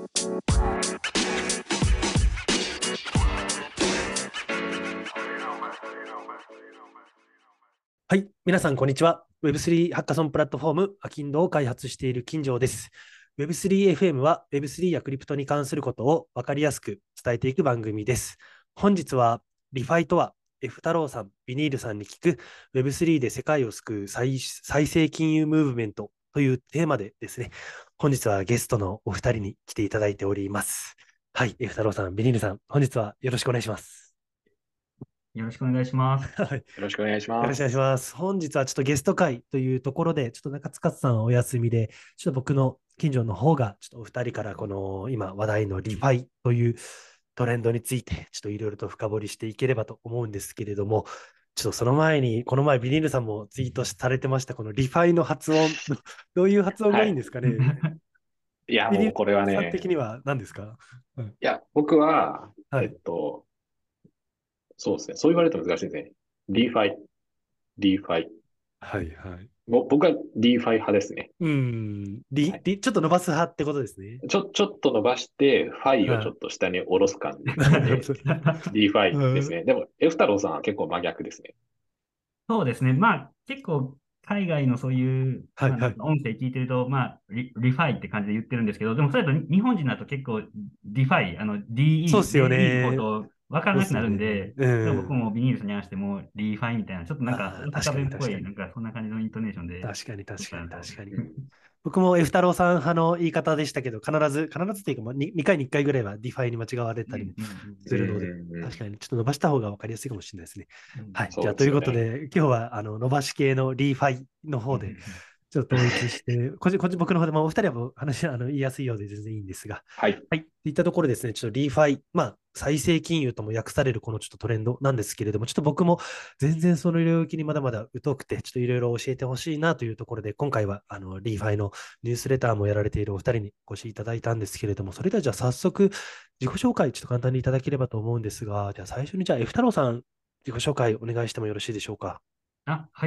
はい、皆さん、こんにちは。Web3 ハッカソンプラットフォーム、アキンドを開発している金城です。Web3FM は Web3 やクリプトに関することを分かりやすく伝えていく番組です。本日は、リファイとは、F 太郎さん、ビニールさんに聞く Web3 で世界を救う再生金融ムーブメントというテーマでですね、本日はゲストのお二人に来ていただいております。はい、F 太郎さん、ビニールさん、本日はよろしくお願いします。 よろしくお願いします。 はい、よよろしくお願いしろしくお願いします。 ます。本日はちょっとゲスト会というところで、ちょっと中塚さんはお休みで、ちょっと僕の近所の方が、ちょっとお二人からこの今話題のリファイというトレンドについて、ちょっといろいろと深掘りしていければと思うんですけれども、ちょっとその前に、この前ビニールさんもツイートされてました、このリファイの発音、どういう発音がいいんはい。 ですかね。 いや、 ビニールもうこれはさん的ね、 には何ですか？うん、 いや、僕は、 はい。 そうですね。そう言われると難しいですね。リーファイ、リーファイ。 はいはい。 僕はリーファイ派ですね。 うーん、 はい。 ちょっと伸ばす派ってことですね。 ちょっと伸ばして、ファイをちはい。 ょっと下に下ろす感じなるほで、 ど。 リーファイうん、 ですね。でも、F 太郎さんは結構真逆ですね。 そうですね。まあ、結構、海外のそういう、 はいはい。 音声聞いてると、リファイって感じで言ってるんですけど、でもそれだと日本人だと結構、ディファイ、 そうっすよ DE のこね。 と分からなくなそうっすよね。 るんで、 う僕ん。 もビニールさんに合わせても、リーファイみたいな、ちょっとなんかああ、 大確かに阪弁っぽい、 確かに。 なんかそんな感じのイントネーションで、 確かに確かにそうかなと。 確かに。僕も F 太郎さん派の言い方でしたけど、必ずっていうか、まあ、2回に1回ぐらいはディファイに間違われたりもうんうんうんするので、 うんうん。 確かにちょっと伸ばした方が分かりやすいかもしれないですね。 うんうんはい。じゃあ、 そうでというすよね。 ことで、今日は伸ばし系のリーファイの方で、 うんうんちょっと統一して、個人僕の方で、まあ、お二人はもう話、言いやすいようで全然いいんですが、 はい。 はい。といったところですね、ちょっとリーファイ、まあ、再生金融とも訳されるこのちょっとトレンドなんですけれども、ちょっと僕も全然その領域にまだまだ疎くて、ちょっといろいろ教えてほしいなというところで、今回はリーファイのニュースレターもやられているお二人にお越しいただいたんですけれども、それではじゃあ早速、自己紹介、ちょっと簡単にいただければと思うんですが、じゃあ最初にじゃあ F 太郎さん、自己紹介お願いしてもよろしいでしょうか。 あ、はい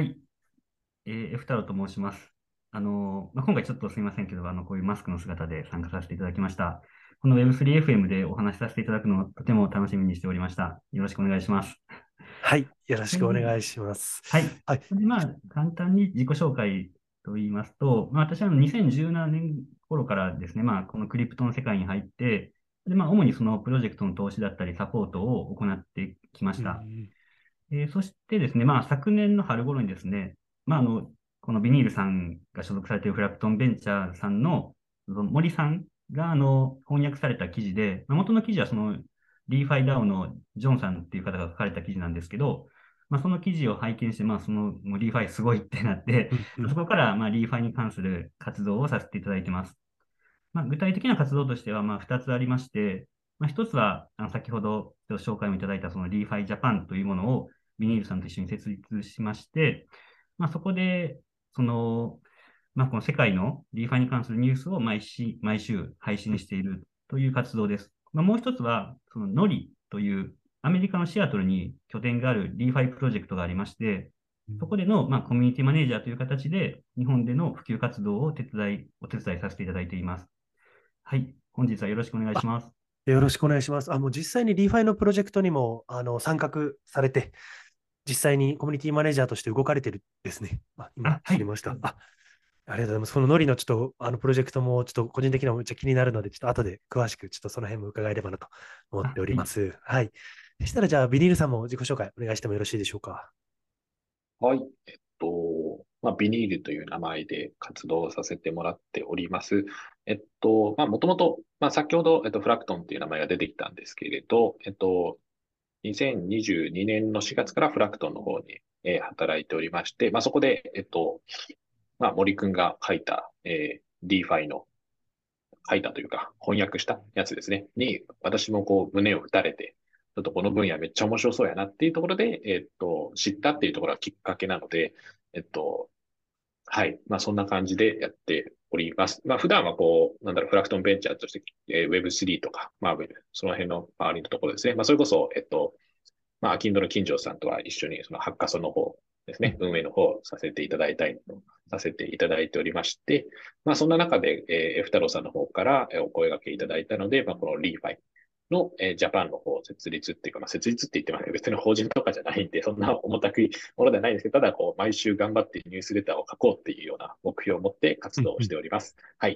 。F 太郎と申します。今回ちょっとすみませんけど、こういうマスクの姿で参加させていただきました。この Web3FM でお話しさせていただくのをとても楽しみにしておりました。よろしくお願いします。 はい、よろしそれで、 くお願いします。 はい。 はい。 それで簡単に自己紹介と言いますと、私は2017年頃からですね、このクリプトの世界に入って、で、主にそのプロジェクトの投資だったりサポートを行ってきました。 うん、 そしてですね、昨年の春頃にですね、このビニールさんが所属されているフラクトンベンチャーさんのその森さんが翻訳された記事で、元の記事はそのリーファイダウのジョンさんっていう方が書かれた記事なんですけど、その記事を拝見して、そのもうリーファイすごいってなって、 うん、うん。 そこからリーファイに関する活動をさせていただいてます。具体的な活動としては2つありまして、1つは先ほど紹介をいただいたそのリーファイジャパンというものをビニールさんと一緒に設立しまして、そこで、その、この世界のリーファイに関するニュースを毎週配信しているという活動です。もう一つは、そのノリというアメリカのシアトルに拠点があるリーファイプロジェクトがありまして、そこでの、コミュニティマネージャーという形で日本での普及活動をお手伝いさせていただいています。はい。本日はよろしくお願いしあ、 ます。 よろしくお願いします。もう実際にリーファイのプロジェクトにも参画されて、実際にコミュニティマネージャーとして動かれてるんですね。今はい。 知りました。ありがとうございます。そのノリのちょっとプロジェクトもちょっと個人的にはめっちゃ気になるので、ちょっと後で詳しくちょっとその辺も伺えればなと思っておはい。 ります。はい。そしたらじゃあビニールさんも自己紹介お願いしてもよろしいでしょうか。 はい。ビニールという名前で活動させてもらっております。もともと、先ほど、フラクトンという名前が出てきたんですけれど、2022年の4月からフラクトンの方に、働いておりまして、そこで、森くんが書いた、DeFi の書いたというか、翻訳したやつですね、に、私もこう、胸を打たれて、ちょっとこの分野めっちゃ面白そうやなっていうところで、知ったっていうところがきっかけなので、えっと、はい。そんな感じでやっております。普段はこう、フラクトンベンチャーとして、Web3 とか、その辺の周りのところですね。それこそ、アキンドの金城さんとは一緒に、そのハッカソンの方ですね、運営の方をさせていただいたりさせていただいておりまして、そんな中で、F 太郎さんの方からお声掛けいただいたので、このリーファイの、ジャパンの方設立っていうか、設立って言ってますけど、別に法人とかじゃないんで、そんな重たくいものではないんですけど、ただ、毎週頑張ってニュースレターを書こうっていうような目標を持って活動をしております。はい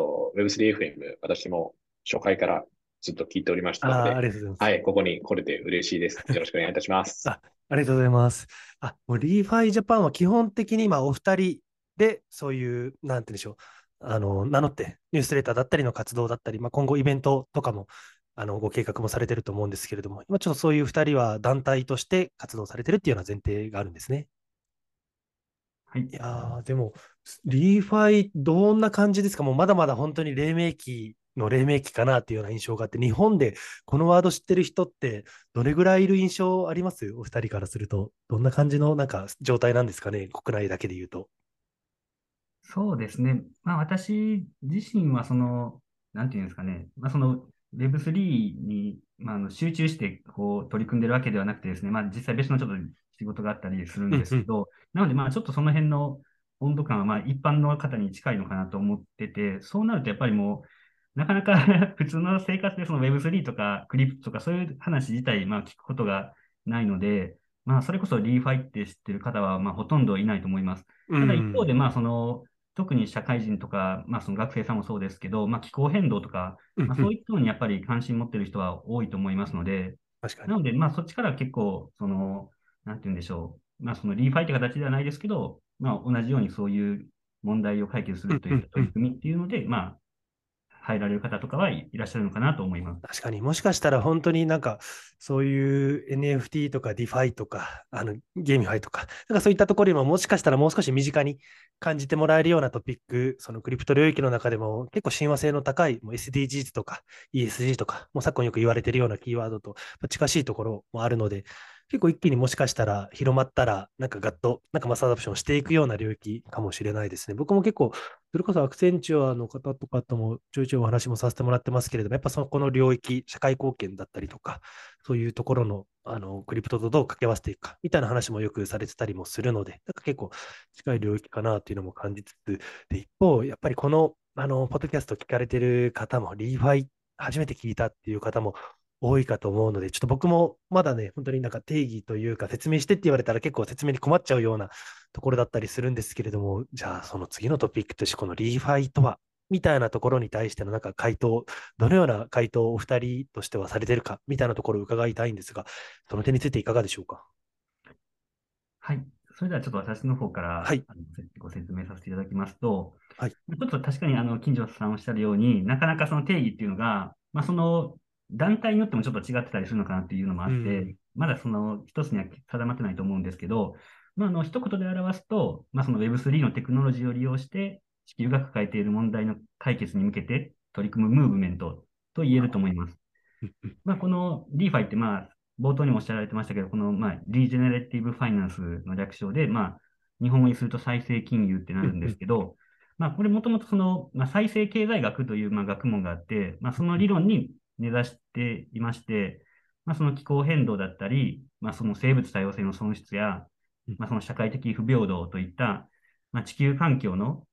。Web3FM、私も初回からずっと聞いておりましたので、 ありがとうございます。 はい、ここに来れて嬉しいです。よろしくお願いいたします。 ありがとうございます。もうリーファイジャパンは基本的に今お二人でそういう、なんて言うんでしょう、名乗ってニュースレターだったりの活動だったり、今後イベントとかもご計画もされてると思うんですけれども、今ちょっとそういう二人は団体として活動されてるっていうような前提があるんですね。 はい。 いやー、でも、リーファイどんな感じですか？もうまだまだ本当に黎明期の黎明期かなっていうような印象があって、日本でこのワード知ってる人ってどれぐらいいる印象あります？お二人からすると。どんな感じのなんか状態なんですかね、国内だけで言うと。 そうですね。私自身はなんていうんですかね。Web3 に、集中して取り組んでるわけではなくてですね、実際別のちょっと仕事があったりするんうんうん。 ですけど、なのでちょっとその辺の温度感は一般の方に近いのかなと思ってて、そうなるとやっぱりもう、なかなか普通の生活でその Web3 とかクリプトとかそういう話自体、聞くことがないので、それこそリーファイって知ってる方は、ほとんどいないと思います。 うただ一方で、 ん。 特に社会人とか、その学生さんもそうですけど、気候変動とか、そううんうん。 いったのにやっぱり関心持ってる人は多いと思いますので、 確かに。 なので、そっちから結構、なんて言うんでしょう。そのリーファイって形ではないですけど、同じようにそういう問題を解決すうんるといったうんうん。 取り組みっていうので、入られる方とかはいらっしゃるのかなと思います。 確かにもしかしたら本当になんかそういう NFT とか DeFi とかゲーミファイとか、なんかそういったところにももしかしたらもう少し身近に感じてもらえるようなトピック、そのクリプト領域の中でも結構親和性の高いもう SDGs とか ESG とか、もう昨今よく言われているようなキーワードと近しいところもあるので、結構一気にもしかしたら広まったら、なんかガッと、なんかマスアダプションしていくような領域かもしれないですね。僕も結構それこそアクセンチュアの方とかともちょいちょいお話もさせてもらってますけれども、やっぱそこの領域、社会貢献だったりとか、そういうところの、クリプトとどう掛け合わせていくか、みたいな話もよくされてたりもするので、なんか結構近い領域かなっていうのも感じつつ、で、一方、やっぱりこの、ポッドキャスト聞かれてる方も、リーファイ初めて聞いたっていう方も多いかと思うので、ちょっと僕もまだね、本当になんか定義というか説明してって言われたら結構説明に困っちゃうようなところだったりするんですけれども、じゃあその次のトピックとして、このリーファイとは、みたいなところに対してのなんか回答、どのような回答をお二人としてはされてるか、みたいなところを伺いたいんですが、その点についていかがでしょうか。 はい。それではちょっと私の方からはい。 ご説明させていただきますと、 はい。 ちょっと確かに金城さんおっしゃるようになかなかその定義っていうのが、その団体によってもちょっと違ってたりするのかなっていうのもあって、 うん。 まだその一つには定まってないと思うんですけど、一言で表すと、その Web3 のテクノロジーを利用して、地球が抱えている問題の解決に向けて取り組むムーブメントと言えると思います。 うんうんこの DeFi って冒頭にもおっしゃられてましたけど、このリージェネレティブファイナンスの略称で、日本語にすると再生金融ってなるんでうんうんすけど、これもともと再生経済学という学問があって、その理論に根ざしていまして、その気候変動だったり、その生物多様性の損失や、 うんその社会的不平等といった、地球環境の、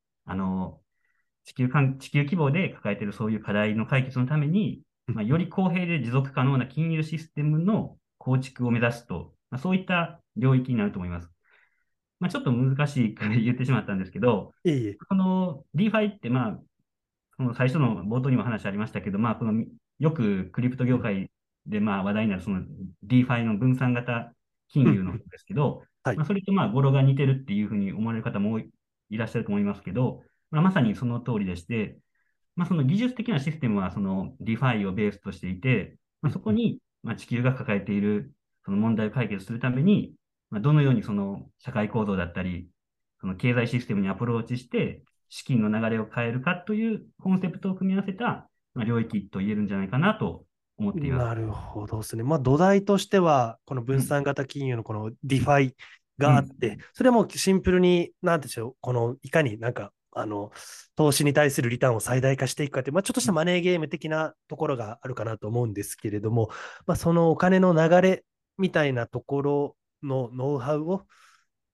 地球規模で抱えているそういう課題の解決のために、より公平で持続可能な金融システムの構築を目指すと、そういった領域になると思います。ちょっと難しいから言ってしまったんですけど、 いえいえ。 この DeFi って、その最初の冒頭にも話ありましたけど、このよくクリプト業界で話題になるその DeFi の分散型金融の方うんうん。 ですけど、 はい。 それと語呂が似てるっていうふうに思われる方もいらっしゃると思いますけど、まさにその通りでして、その技術的なシステムはその DeFi をベースとしていて、 うんうん。 そこに地球が抱えているその問題を解決するために、どのようにその社会構造だったり、その経済システムにアプローチして、資金の流れを変えるかというコンセプトを組み合わせた領域と言えるんじゃないかなと思っています。 なるほどですね。土台としては、このうん、 分散型金融のこの DeFi うん、 があって、それはもうシンプルに、なんでしょう、このいかになんか、投資に対するリターンを最大化していくかって、ちょっとしたマネーゲーム的なところがあるかなと思うんですけれども、そのお金の流れみたいなところのノウハウを、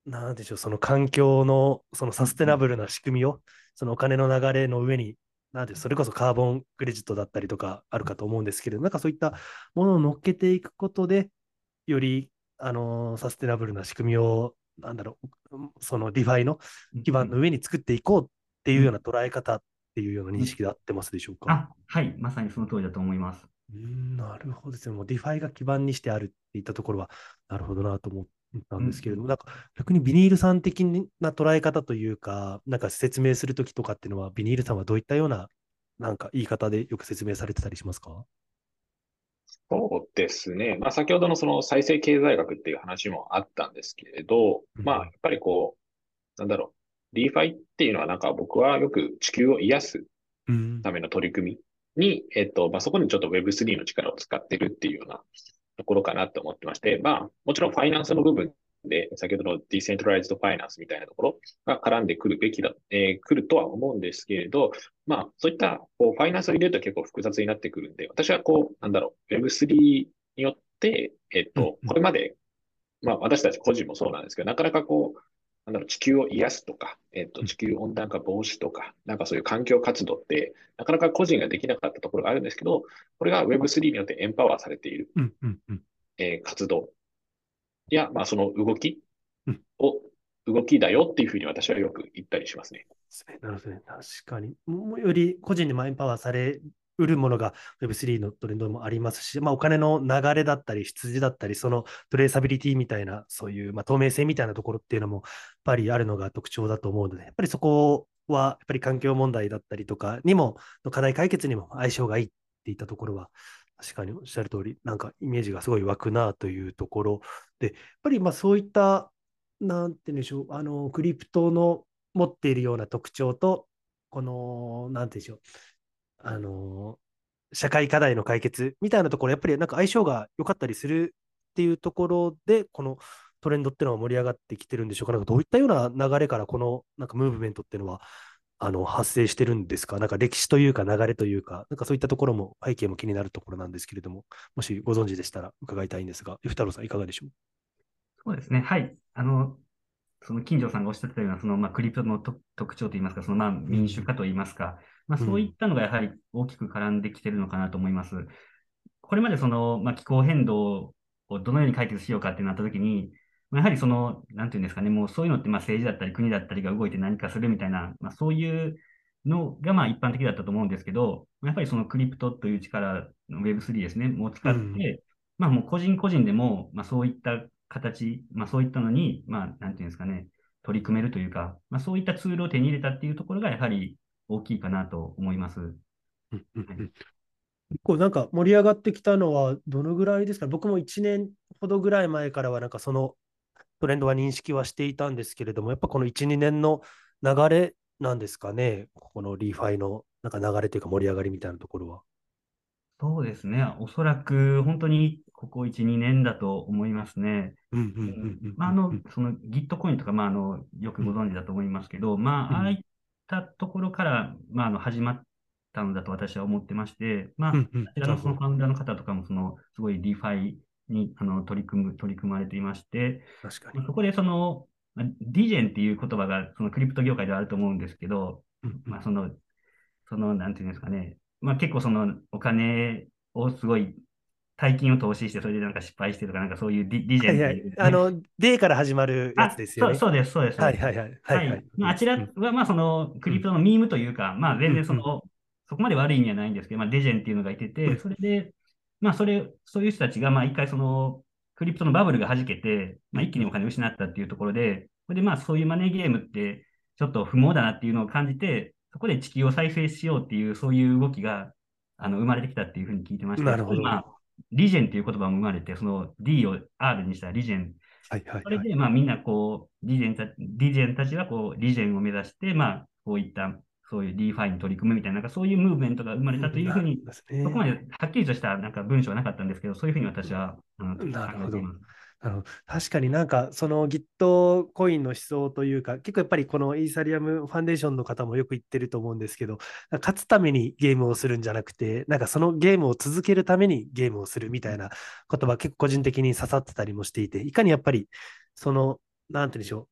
なんでしょう、その環境のそのサステナブルな仕組みを、そのお金の流れの上に、なんでそれこそカーボンクレジットだったりとかあるかと思うんですけれど、なんかそういったものを乗っけていくことで、より、サステナブルな仕組みを、なんだろう、そのディファイの基盤の上に作っていこうっていうような捉え方っていうような認識で合ってますでしょうか？ はい、まさにその通りだと思います。 なるほどですね。もうディファイが基盤にしてあるっていったところは、なるほどなと思ったんですけれども、なんか逆にビニールさん的な捉え方というか、なんか説明するときとかっていうのは、ビニールさんはどういったような、なんか言い方でよく説明されてたりしますか？ そうですね。まあ、先ほどのその再生経済学っていう話もあったんですけれど、まあ、やっうんぱりこう、なんだろう。DeFi っていうのはなんか僕はよく地球を癒すうん。 ための取り組みに、まあ、そこにちょっと Web3 の力を使ってるっていうようなところかなと思ってまして、まあ、もちろんファイナンスの部分で、先ほどのディセントライズドファイナンスみたいなところが絡んでくるべきだ、来るとは思うんですけれど、まあ、そういったこうファイナンスを入れると結構複雑になってくるんで、私はこう、なんだろう、Web3 によって、 うんうん。 これまでまあ私たち個人もそうなんですけど、なかなかこう、なんだろう、地球を癒すとか、地球温暖化防止とか、なんかそういう環境活動って、なかなか個人ができなかったところがあるんですけど、これが Web3 によってエンパワーされている、 うんうんうん。 活動や、まあその動きうん。 を、動きだよっていうふうに私はよく言ったりしますね。 ですね。なるほどね。確かに。もうより個人にマインパワーされうるものが Web3 のトレンドもありますし、まあ、お金の流れだったり、出自だったり、そのトレーサビリティみたいな、そういう、まあ、透明性みたいなところっていうのも、やっぱりあるのが特徴だと思うので、やっぱりそこは、やっぱり環境問題だったりとかにも、の課題解決にも相性がいいっていったところは、確かにおっしゃる通り、なんかイメージがすごい湧くなというところで、やっぱりまあそういった、なんて言うんでしょう、クリプトの持っているような特徴と、この、なんて言うんでしょう、社会課題の解決みたいなところ、やっぱりなんか相性が良かったりするっていうところで、このトレンドっていうのは盛り上がってきてるんでしょうか。なんかどういったような流れからこのなんかムーブメントっていうのは発生してるんですか？なんか歴史というか流れというか、なんかそういったところも背景も気になるところなんですけれども、もしご存知でしたら伺いたいんですが、ゆふたろうさんいかがでしょう？ そうですね。はい。その金城さんがおっしゃってたような、クリプトの特徴といいますか、民主うん、 化といいますか、そういっうん、 たのがやはり大きく絡んできているのかなと思います。これまで気候変動をどのように解決しようかってなったときに、やはりなんていうんですかね、もうそういうのって政治だったり国だったりが動いて何かするみたいな、そういうのが一般的だったと思うんですけど、やっぱりそのクリプトという力の Web3 ですね、もう使うん、 って、もう個人個人でも、そういった形、そういったのに、なんていうんですかね、取り組めるというか、そういったツールを手に入れたっていうところがやはり大きいかなと思います。 うん、うん、 はい。 うん。結構なんか盛り上がってきたのはどのぐらいですか？僕も1年ほどぐらい前からはなんかそのトレンドは認識はしていたんですけれども、やっぱこの1、2年の流れなんですかね、このリーファイのなんか流れというか盛り上がりみたいなところは。 そうですね。おそらく本当にここ1、2年だと思いますね。 うん、うん、 うん、 うん、うん、うん、 そのギットコインとか、よくうん、 ご存知だと思いますけど、 うん、 ああいったところから、始まったのだと私は思ってまして、 うん、うん、 あちらなるほど。 のそのファウンダーの方とかも、すごい DeFi に、取り組まれていまして、 確かに。 そこでディジェンっていう言葉が、そのクリプト業界ではあると思うんですけど、 うん、うん、 なんていうんですかね。結構お金をすごい、大金を投資して、それでなんか失敗してとか、なんかそういうディジェンってはいはい。 いうね。 D から始まるやつですよね。 そうです、そうです、そうです。 はいはいはい。はいはい。 はい。あちらうん、 は、クうん、 リプトのミームというか、全然うん、うん、 そこまで悪い意味はないんですけど、デジェンっていうのがいてて、 うん。 それで、そういう人たちが、一回クリプトのバブルが弾けて、一気にお金を失ったっていうところで、それでそういうマネーゲームって、ちょっと不毛だなっていうのを感じて、そこで地球を再生しようっていう、そういう動きが、生まれてきたっていうふうに聞いてまして、 なるほど。 リジェンっていう言葉も生まれて、その D を R にしたリジェンはいはいはい。 それで、みんなリジェンたちはリジェンを目指して、こういった、そういう DeFi に取り組むみたいな、なんかそういうムーブメントが生まれたというふうに、 なるほどですね。 そこまではっきりとしたなんか文章はなかったんですけど、そういうふうに私は、考なるほど。 えています。 なるほど。確かになんかその Git コインの思想というか、結構やっぱりこのイーサリアムファンデーションの方もよく言ってると思うんですけど、勝つためにゲームをするんじゃなくて、なんかそのゲームを続けるためにゲームをするみたいな言葉結構個人的に刺さってたりもしていて、いかにやっぱりその、なんて言うんでしょう。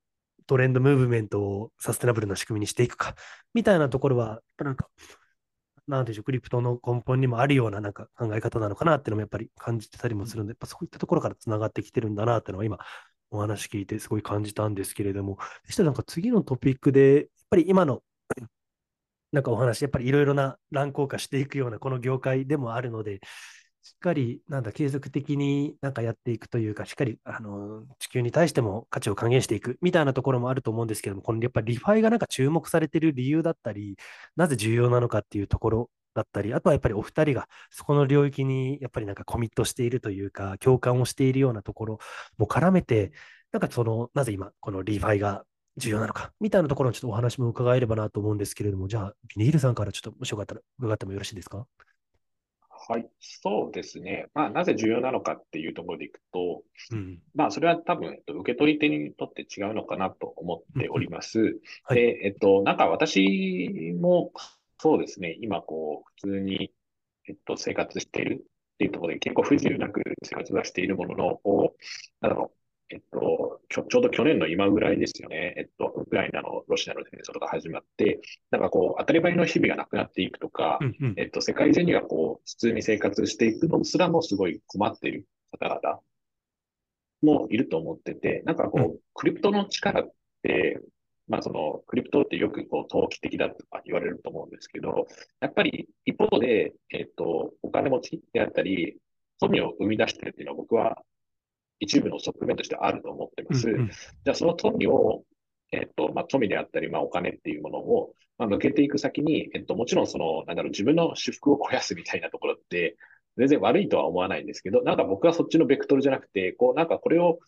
トレンドムーブメントをサステナブルな仕組みにしていくか、みたいなところは、やっぱなんか、なんでしょう、クリプトの根本にもあるようななんか考え方なのかなっていうのもやっぱり感じてたりもするんで、やっぱそういったところからつながってきてるんだなっていうのは今、お話聞いてすごい感じたんですけれども、そしたらなんか次のトピックで、やっぱり今のなんかお話、やっぱりいろいろな乱高下していくようなこの業界でもあるので、しっかりなんだ継続的になんかやっていくというか、しっかり地球に対しても価値を還元していくみたいなところもあると思うんですけども、このやっぱりリファイがなんか注目されている理由だったり、なぜ重要なのかっていうところだったり、あとはやっぱりお二人がそこの領域にやっぱりなんかコミットしているというか、共感をしているようなところも絡めて、なんかその、なぜ今このリファイが重要なのか、みたいなところのちょっとお話も伺えればなと思うんですけれども、じゃあ、ビニールさんからちょっともしよかったら伺ってもよろしいですか？ はい、そうですね。まあ、なぜ重要なのかっていうところでいくと、 うん。 まあ、それは多分、受け取り手にとって違うのかなと思っておうんうん。 ります。 はい。 で、なんか私も、そうですね、今、普通に、生活しているっていうところで、結構不自由なく生活はしているものの、なんだろう、ちょうど去年の今ぐらいですよね、ウクライナのロシアの戦争とか始まって、なんか当たり前の日々がなくなっていくとか、 うんうん。 世界中には普通に生活していくのすらもすごい困っている方々もいると思ってて、なんかうん。 クリプトの力って、まあクリプトってよく投機的だとか言われると思うんですけど、やっぱり一方で、お金持ちであったり、富を生み出してるっていうのは僕は一部の側面としてあると思ってます。 うんうん。 じゃあその富を、まあ富であったり、まあお金っていうものを、まあ、抜けていく先に、もちろんなんだろう、自分の私服を肥やすみたいなところって、全然悪いとは思わないんですけど、なんか僕はそっちのベクトルじゃなくて、なんかこれを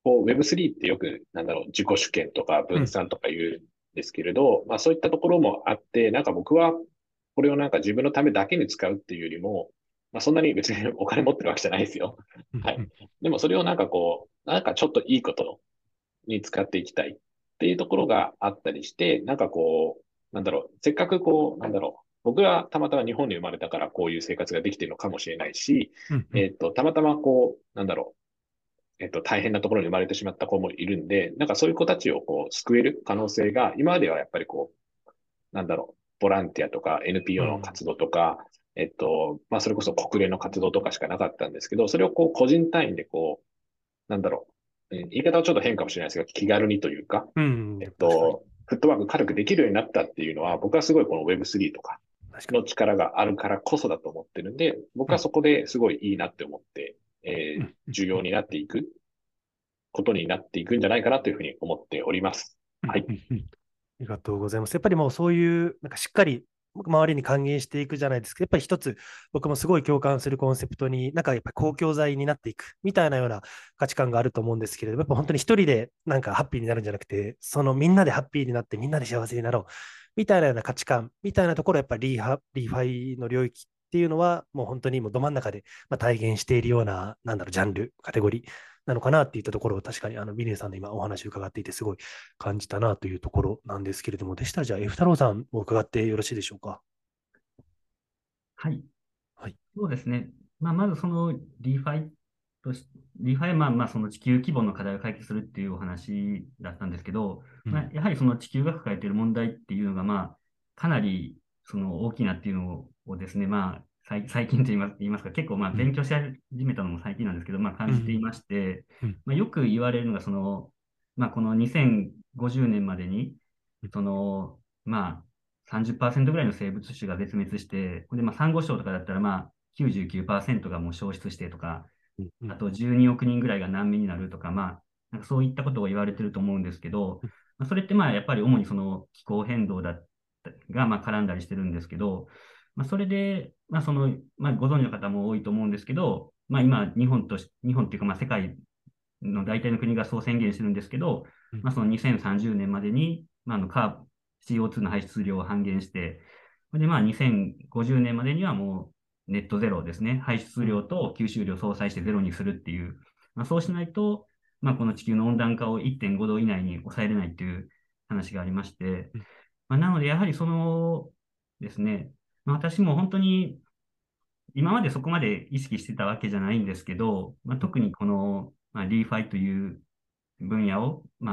Web3 ってよく、なんだろう、自己主権とかうん分散とか言うんですけれど、まあそういったところもあって、なんか僕はこれをなんか自分のためだけに使うっていうよりも、まあそんなに別にお金持ってるわけじゃないですよ。はい。 うんうん。 でもそれをなんかなんかちょっといいことに使っていきたいっていうところがあったりして、なんかなんだろう、せっかくなんだろう、僕はたまたま日本に生まれたからこういう生活ができているのかもしれないし、 うんうん。 たまたまなんだろう、大変なところに生まれてしまった子もいるんで、なんかそういう子たちを救える可能性が、今まではやっぱりなんだろう、ボランティアとかう NPO のん。 活動とか、まあそれこそ国連の活動とかしかなかったんですけど、それを個人単位でなんだろう、言い方はちょっと変かもしれないですが、気軽にというか、 うん。確かに。 フットワーク軽くできるようになったっていうのは、僕はすごいこの Web3 とか確かに。 の力があるからこそだと思ってるんで、僕うん。 はそこですごいいいなって思って、 うん。うん。 重要になっていくことになっていくんじゃないかなというふうに思っております。 うん。 はい。 うん。うん。ありがとうございます。やっぱりもうそういう、なんかしっかり周りに還元していくじゃないですか。やっぱり一つ、僕もすごい共感するコンセプトに、なんかやっぱり公共財になっていくみたいなような価値観があると思うんですけれども、やっぱ本当に一人でなんかハッピーになるんじゃなくて、そのみんなでハッピーになってみんなで幸せになろうみたいなような価値観みたいなところ、やっぱりリーファイの領域っていうのは、もう本当にもうど真ん中で体現しているような、なんだろう、ジャンル、カテゴリーなのかなっていったところを確かにビネさんの今お話を伺っていてすごい感じたなというところなんですけれども、でしたらじゃあ F 太郎さんも伺ってよろしいでしょうか。 はい。 はい。 そうですね。まあ、まずそのリーファイとし、リーファイはまあその地球規模の課題を解決するっていうお話だったんですけど、まあ、 うん。 やはりその地球が抱えている問題っていうのが、まあ、かなりその大きなっていうのをですね、まあ、最近と言いますか、結構まあうん。 勉強し始めたのも最近なんですけど、まあ感じていうん。 まして、 うん。 まあ、よく言われるのが、まあこの2050年までに、まあ30%ぐらいの生物種が絶滅して、で、まあ、サンゴ礁とかだったら、まあ、99%がもう消失してとか、 うん。うん。 あと12億人ぐらいが難民になるとか、まあ、なんかそういったことを言われてると思うんですけど、まあ、それってまあ、やっぱり主にその気候変動がまあ絡んだりしてるんですけど、まあ、それで、まあ、まあ、ご存知の方も多いと思うんですけど、まあ、今、日本っていうか、まあ、世界の大体の国がそう宣言してるんですけど、 うん。 まあ、その2030年までに、まあ、CO2 の排出量を半減して、で、まあ、2050年までにはもうネットゼロですね。排出うん。 量と吸収量を相殺してゼロにするっていう、まあ、そうしないと、まあ、この地球の温暖化を1.5度以内に抑えれないっていう話がありまして、 うん。 まあ、なので、やはりですね、まあ、私も本当に今までそこまで意識してたわけじゃないんですけど、まあ、特にこの、まあ、リーファイという分野を、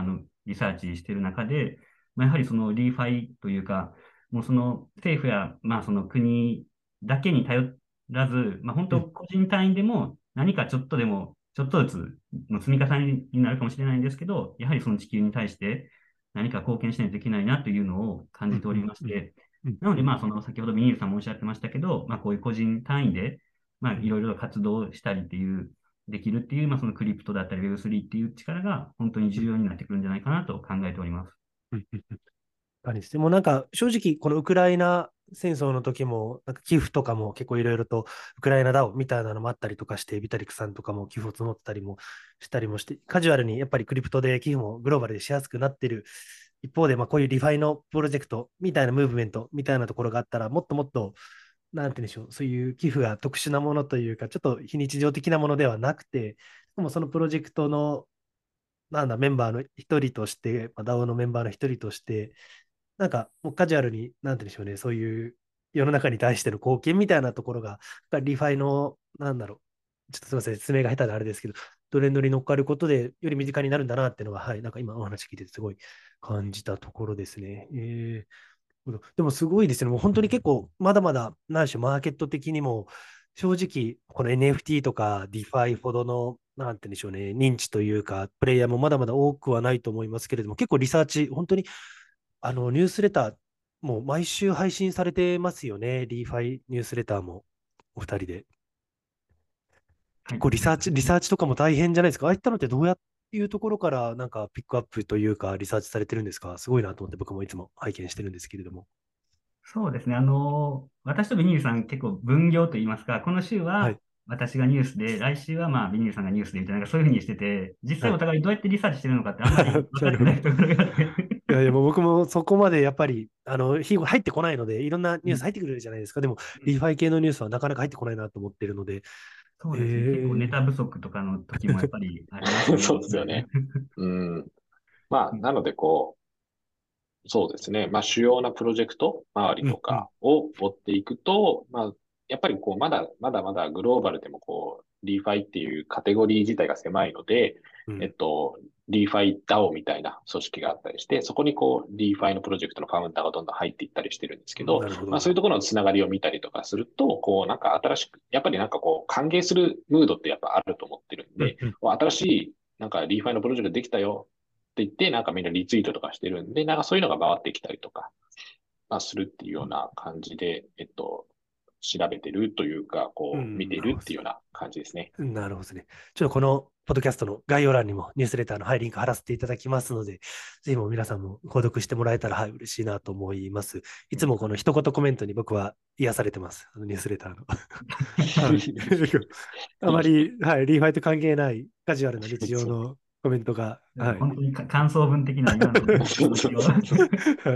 リサーチしている中で、やはりそのリーファイというか、もうその政府や、その国だけに頼らず、本当個人単位でも何かちょっとでも、ちょっとずつの積み重ねになるかもしれないんですけど、やはりその地球に対して何か貢献しないといけないなというのを感じておりまして、なので、その先ほどビニールさんもおっしゃってましたけど、こういう個人単位で、いろいろ活動したりっていう、できるっていう、そのクリプトだったり Web3 っていう力が本当に重要になってくるんじゃないかなと考えております。 でもなんか正直このウクライナ戦争の時もなんか寄付とかも結構いろいろとウクライナダオみたいなのもあったりとかして、ビタリックさんとかも寄付を募ってたりもして、カジュアルにやっぱりクリプトで寄付もグローバルでしやすくなってる一方で、こういうリファイのプロジェクトみたいなムーブメントみたいなところがあったら、もっともっとなんて言うんでしょう、そういう寄付が特殊なものというか、ちょっと非日常的なものではなくて、でもそのプロジェクトのメンバーの一人として、DAO のメンバーの一人として、なんかもうカジュアルに、なんて言うんでしょうね、そういう世の中に対しての貢献みたいなところが、リファイの、ちょっとすみません、説明が下手であれですけど、トレンドに乗っかることで、より身近になるんだなっていうのは、はい、なんか今お話聞いててすごい感じたところですね。でもすごいですね。もう本当に結構、まだまだ、何でしょう、マーケット的にも、正直、この NFT とか DeFi ほどの、なんて言うんでしょうね、認知というか、プレイヤーもまだまだ多くはないと思いますけれども、結構リサーチ、本当に、ニュースレター、もう毎週配信されてますよね、DeFi ニュースレターも、お二人で。結構リサーチとかも大変じゃないですか。ああいったのってどうやっていうところから、なんかピックアップというか、リサーチされてるんですか？すごいなと思って、僕もいつも拝見してるんですけれども。 そうですね。私とビニールさん結構分業といいますか、この週ははい。 私がニュースで、来週はビニールさんがニュースでみたいな、そういうふうにしてて、実際はい。 お互いどうやってリサーチしてるのかってあんまり分かってなるほど。 ないところがあって。 いやいや、もう僕もそこまでやっぱり、入ってこないので、いろんなニュース入ってくるじゃないですか。でも、リファイ系のニュースはなかなか入ってこないなと思ってるので、 そうですね。結構ネええタ不足とかの時もやっぱりありますね。 そうですよね。うん。まあ、なので、そうですね。主要なプロジェクト周りとうんうん。 かを追っていくと、やっぱりまだまだグローバルでもリーファイっていうカテゴリー自体が狭いので、 うん。 リーファイ DAO みたいな組織があったりして、そこにリーファイのプロジェクトのファウンダーがどんどん入っていったりしてるんですけど、 なるほど。 そういうところのつながりを見たりとかすると、なんか新しく、やっぱりなんか歓迎するムードってやっぱあると思ってるんで、 うんうん。 新しい、なんかリーファイのプロジェクトできたよって言って、なんかみんなリツイートとかしてるんで、なんかそういうのが回ってきたりとか、するっていうような感じで、調べてるというか、見うん、 てるっていうような感じですね。 なるほどですね。ちょっとこのポッドキャストの概要欄にもニュースレターの、はい、リンク貼らせていただきますので、ぜひもう皆さんも購読してもらえたら、はい、嬉しいなと思います。いつもこの一言コメントに僕は癒されてます。ニュースレターの。はい。あまり、はい、リーファイと関係ないカジュアルな日常のコメントが、はい。 本当に感想文的な今の気持ちを。 はい、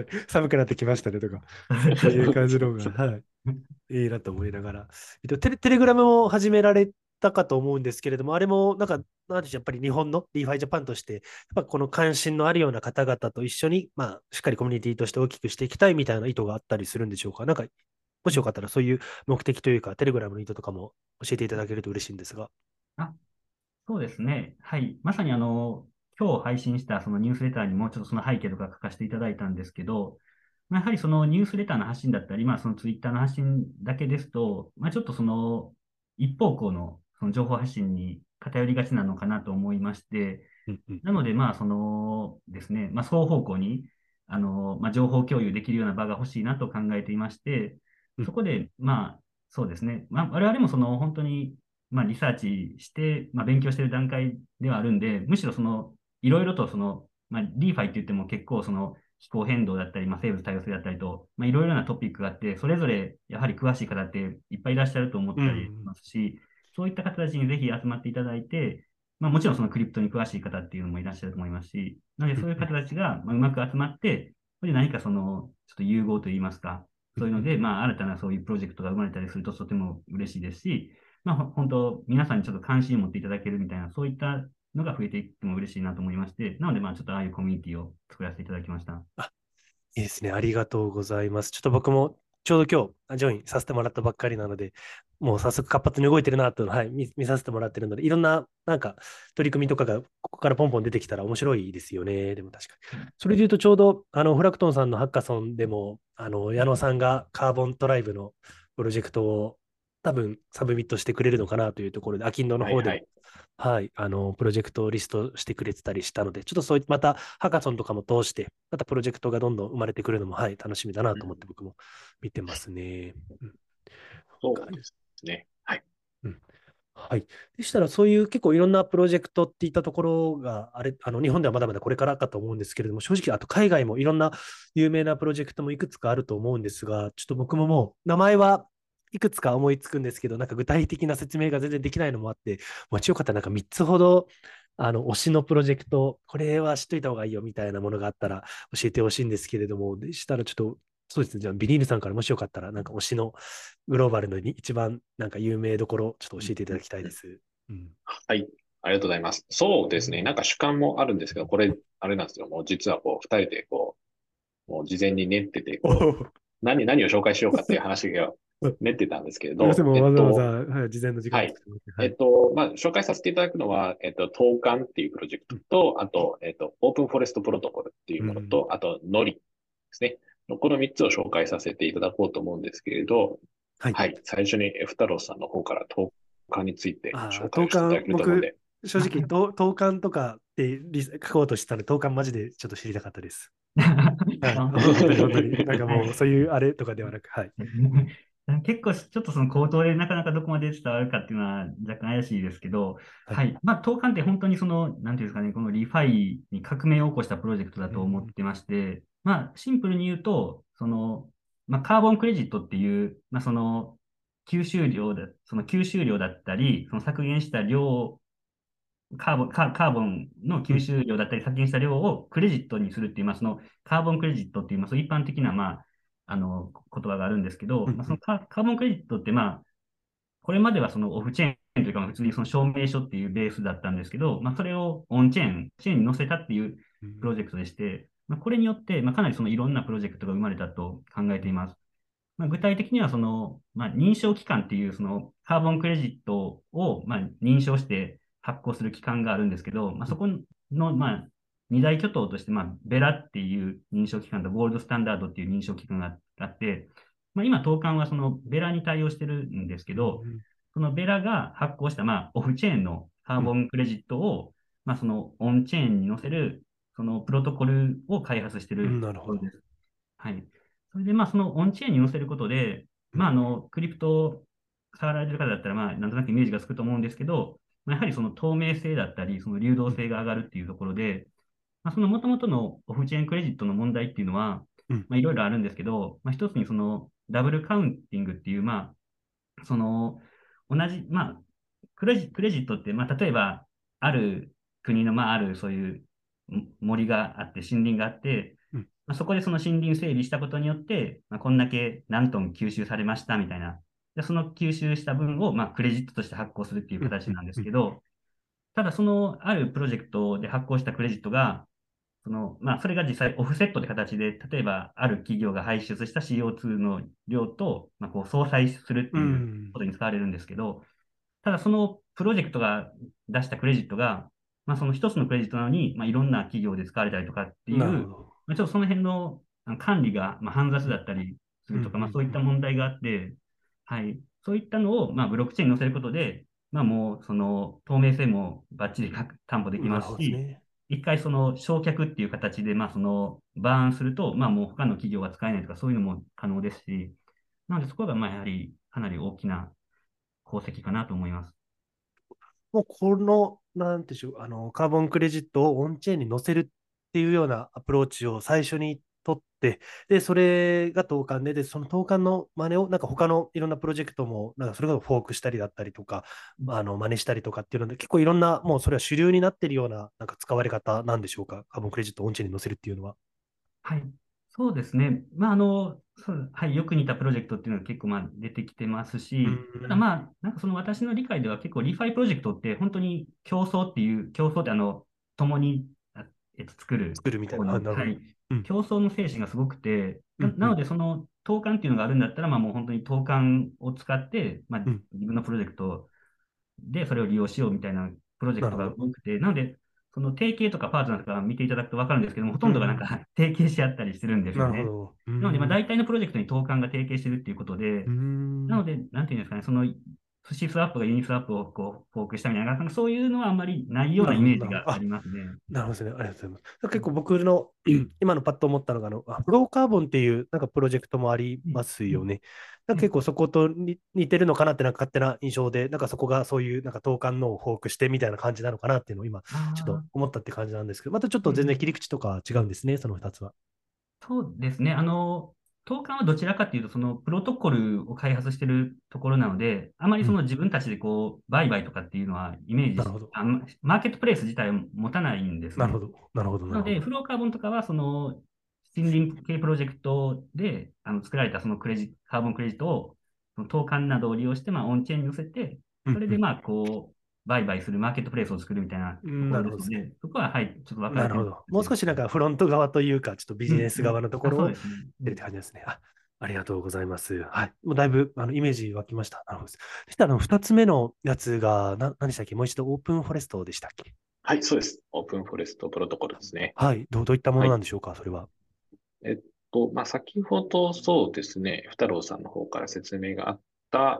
寒くなってきましたねとか、そういう感じのが、はい。いいなと思いながら。テレグラムも始められたかと思うんですけれども、あれも、なんか、なんでしょう、やっぱり日本の DeFi ジャパンとして、やっぱこの関心のあるような方々と一緒に、しっかりコミュニティとして大きくしていきたいみたいな意図があったりするんでしょうか。なんか、もしよかったらそういう目的というか、テレグラムの意図とかも教えていただけると嬉しいんですが。 あ、そうですね。はい。まさに今日配信したそのニュースレターにもちょっとその背景とか書かせていただいたんですけど、やはりそのニュースレターの発信だったり、そのツイッターの発信だけですと、ちょっとその一方向のその情報発信に偏りがちなのかなと思いまして、 うんうんなのでそのですね、双方向に情報共有できるような場が欲しいなと考えていまして、 うんそこでそうですね、我々もその本当にリサーチして、勉強している段階ではあるんで、むしろその、いろいろとその、リーファイって言っても結構その、気候変動だったり、生物多様性だったりと、いろいろなトピックがあって、それぞれやはり詳しい方っていっぱいいらっしゃると思っうたりしんますし、そういった方たちにぜひ集まっていただいて、もちろんそのクリプトに詳しい方っていうのもいらっしゃると思いますし、なのでそういう方たちがうまく集まって、それで何かその、ちょっと融合といいますか、そういうので、新たなそういうプロジェクトが生まれたりするととても嬉しいですし、本当、皆さんにちょっと関心を持っていただけるみたいな、そういったのが増えていっても嬉しいなと思いまして、なので、ちょっとああいうコミュニティを作らせていただきました。 いいですね。ありがとうございます。ちょっと僕もちょうど今日、ジョインさせてもらったばっかりなので、もう早速活発に動いてるなと、はい、見させてもらってるので、いろんな、なんか、取り組みとかが、ここからポンポン出てきたら面白いですよね。でも確かに。それで言うと、ちょうど、フラクトンさんのハッカソンでも、矢野さんがカーボントライブのプロジェクトを、多分、サブミットしてくれるのかなというところで、アキンドの方でも、 はいはい。 はい、プロジェクトをリストしてくれてたりしたので、ちょっとそういった、また、ハカソンとかも通して、またプロジェクトがどんどん生まれてくるのも、はい、楽しみだなと思って僕も見てますね。うん。はい。 そうですね。はい。 うん。はい。でしたら、そういう結構いろんなプロジェクトっていったところが、あれ、日本ではまだまだこれからかと思うんですけれども、正直、あと海外もいろんな有名なプロジェクトもいくつかあると思うんですが、ちょっと僕ももう、名前はいくつか思いつくんですけど、なんか具体的な説明が全然できないのもあって、もしよかったらなんか3つほど、推しのプロジェクト、これは知っといた方がいいよみたいなものがあったら教えてほしいんですけれども、でしたらちょっと、そうですね、じゃあビニールさんからもしよかったら、なんか推しのグローバルのに一番なんか有名どころ、ちょっと教えていただきたいです。うん。 はい。ありがとうございます。そうですね。なんか主観もあるんですけど、これ、あれなんですよ。もう実はこう、二人でこう、もう事前に練ってて、 おこお。 う、何を紹介しようかっていう話が練ってたんですけれど、 すみません、もうわざわざ、はい、事前の時間はい。 を作ってもらって、はい。 まあ、紹介させていただくのは、トーカンっていうプロジェクうん。 トと、あと、オープンフォレストプロトコルっていううん。 ものと、あと、ノリですね。この3つを紹介させていただこうと思うんですけれど、 はい。 はい。最初に F 太郎さんの方からトーカンについてああ、 紹介をしていただ投函、僕、 けると思うんで、 正直、投函とかって書こうとしてたので、投函マジでちょっと知りたかったです。はい。 あ本当に本当に。なんかはい。 もう、そういうあれとかではなく、はい。 結構ちょっとその口頭でなかなかどこまで伝わるかっていうのは若干怪しいですけど、 はい。 はい。まあ、東韓って本当にその、なんていうんですかね、このリファイに革命を起こしたプロジェクトだと思っうん。 てまして、まあ、シンプルに言うと、その、まあ、カーボンクレジットっていう、まあ、その吸収量だったり、その削減した量カーボンの吸うん。 収量だったり削減した量をクレジットにするっていう、まあ、そのカーボンクレジットっていう、まあ、そういう一般的な、まあ、言葉があるんですけど、まあ、そのうん。 カーボンクレジットって、まあ、これまではそのオフチェーンというか、まあ普通にその証明書っていうベースだったんですけど、まあ、それをオンチェーンに載せたっていううん。 プロジェクトでして、まあ、これによって、まあ、かなりそのいろんなプロジェクトが生まれたと考えています。まあ、具体的にはその、まあ、認証機関っていうそのカーボンクレジットをまあ認証して発行する機関があるんですけど、まあ、 うん。 そこのまあ二大巨頭として、まあ、ベラっていう認証機関とゴールドスタンダードっていう認証機関があって、まあ、今、東館はそのベラに対応してるんですけど、 うん。 そのベラが発行したまあオフチェーンのカーうん。 ボンクレジットを、まあ、そのオンチェーンに載せるそのプロトコルを開発していうん。 るなるほど。 ところです。はい。それで、まあ、そのオンチェーンに載せることで、 うん。 まあ、クリプトを触られてる方だったら、まあ、なんとなくイメージがつくと思うんですけど、まあ、やはりその透明性だったり、その流動うん。 性が上がるっていうところで、まあ、その元々のオフチェーンクレジットの問題っていうのは、 うん。 まあ、いろいろあるんですけど、まあ、一つにそのダブルカウンティングっていう、まあ、その同じ、まあ、クレジットって、まあ、例えば、ある国の、まあ、あるそういう森があって、森林があって、 うん。 まあ、そこでその森林整備したことによって、まあ、こんだけ何トン吸収されましたみたいな。で、その吸収した分を、まあ、クレジットとして発行するっていううん。うん。 形なんでうん。 すけど、ただそのあるプロジェクトで発行したクレジットが、まあ、それが実際オフセットって形で、例えばある企業が排出した CO2 の量と、まあ、こう相殺するっうていうん。 ことに使われるんですけど、ただそのプロジェクトが出したクレジットが、まあ、その一つのクレジットなのに、まあ、いろんな企業で使われたりとかっていう、 なるほど。 まあ、ちょっとその辺の管理が、まあ、煩雑うん。 だったりすうん。 るとか、まあ、そういっうん。 た問題があって、はい。そういったのを、まあ、ブロックチェーンに載せることで、まあ、もう、その、透明性もバッチリ担保できなるますし、 ほどですね。 一回その焼却っていう形で、まあ、その、バーンすると、まあ、もう他の企業が使えないとか、そういうのも可能ですし、なので、そこが、まあ、やはり、かなり大きな功績かなと思います。 もうこの、なんていうんでしょう、カーボンクレジットをオンチェーンに載せるっていうようなアプローチを最初に取って、で、それが投函で、その投函の真似を、なんか他のいろんなプロジェクトも、なんかそれこそフォークしたりだったりとか、真似したりとかっていうので、結構いろんな、もうそれは主流になっているような、なんか使われ方なんでしょうか、カーボンクレジットをオンチェーンに載せるっていうのは。 はい。そうですね。まあ、はい、よく似たプロジェクトっていうのが結構まあ出てきてますうし、ただん。 まあ、なんかその私の理解では結構リファイプロジェクトって本当に競争って共に作る作るみたいな。はい、 方の、 なるほど。 はい、 うん。 競争の精神がすごくて、 なので、そのトーカンっていうのがあるんだったら、もう本当にトーカンを使って、自分のプロジェクトでそれを利用しようみたいなプロジェクトなるほど。 が多くて、なので、その提携とかパートナーとか見ていただくと分かるんですけども、ほとんどがなんか提携し合ったりしてるんですよね。 なるほど。 なので、大体のプロジェクトにトーカンが提携してるっていうことで、なので、なんていうんですかね、その寿司スワップがユニスワップをこうフォークしたみたいな、そういうのはあんまりないようなイメージがありますね。 なるほどですね。ありがとうございます。結構僕の今のパッと思ったのが、フローカーボンっていうなんかプロジェクトもありますよね。なんか結構そこと似てるのかなってなんか勝手な印象で、なんかそこがそういうなんか等間のをフォークしてみたいな感じなのかなっていうのを今ちょっと思ったって感じなんですけど、またちょっと全然切り口とかは違うんですね、その2つは。 そうですね。トーカンはどちらかというと、そのプロトコルを開発しているところなので、あまりその自分たちでこう、売買とかっていうのはイメージし、 なるほど。 マーケットプレイス自体を持たないんですね。 なるほど。なるほど。ななので、 るほど。 フローカーボンとかは、その森林系プロジェクトで作られたそのカーボンクレジットを、そのトーカンなどを利用して、オンチェーンに寄せて、それでこう、売買するマーケットプレイスを作るみたいなとこなろるほどですね。 ですので、そこは、はい、ちょっと分かれてるなるほど。もう少しなんかフロント側というか、ちょっとビジネス側のところをやっそうですね。 てるって感じですね。ありがとうございます。はい。もうだいぶイメージ湧きました。なるほどです。そしたら二つ目のやつが、何でしたっけ？もう一度オープンフォレストでしたっけ？ はい、そうです。オープンフォレストプロトコルですね。 はい。どういったもはい。 のなんでしょうか、それは。 先ほどそうですね、二郎さんの方から説明があった、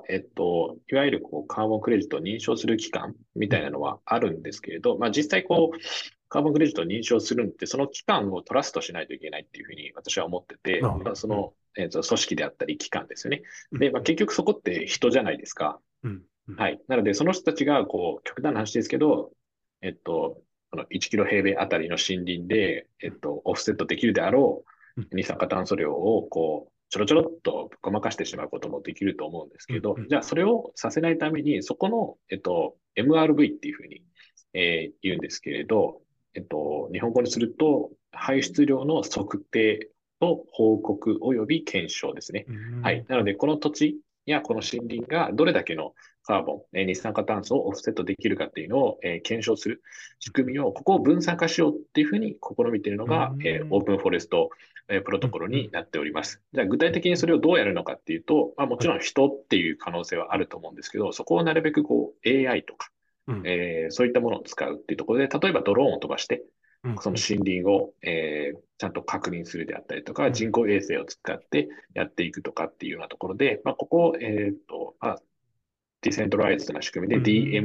いわゆるカーボンクレジットを認証する機関みうん。 たいなのはあるんですけれど、実際カーボンクレジットを認証するんって、その機関をトラストしないといけないっていうふうに私は思ってて、 なるほど。 その、組織であったり機関ですよね。 うん。 で、結局そこって人じゃないですか。 うん。うん。 はい。なので、その人たちが、極端な話ですけど、えっと、この1キロ平米あたりの森林で、オフセットできるであろうん。 う二酸化炭素量を、ちょろちょろっとごまかしてしまうこともできると思うんですうん。 けど、 うん。 じゃあ、それをさせないために、そこの、MRV っていうふうに、言うんですけれど、日本語にすると、排出量の測定と報告及び検証ですね。 うはい。 ん。 なので、この土地やこの森林がどれだけのカーボン、二酸化炭素をオフセットできるかっていうのを、検証する仕組みを、ここを分散化しようっていうふうに試みているのうが、オーん。 プンフォレスト、プロうん。 トコルうん。 になっております。じゃあ具体的にそれをどうやるのかっていうと、もはい。 ちろん人っていう可能性はあると思うんですけど、そこをなるべくAI とか、 うん。 そういったものを使うっていうところで、例えばドローンを飛ばして、 うん。 そのうん。 森林を、ちゃんと確認するであったりとか、 うん。 人工衛星を使ってやっていくとかっていうようなところで、ここ、ディセントライズドな仕組みでうん。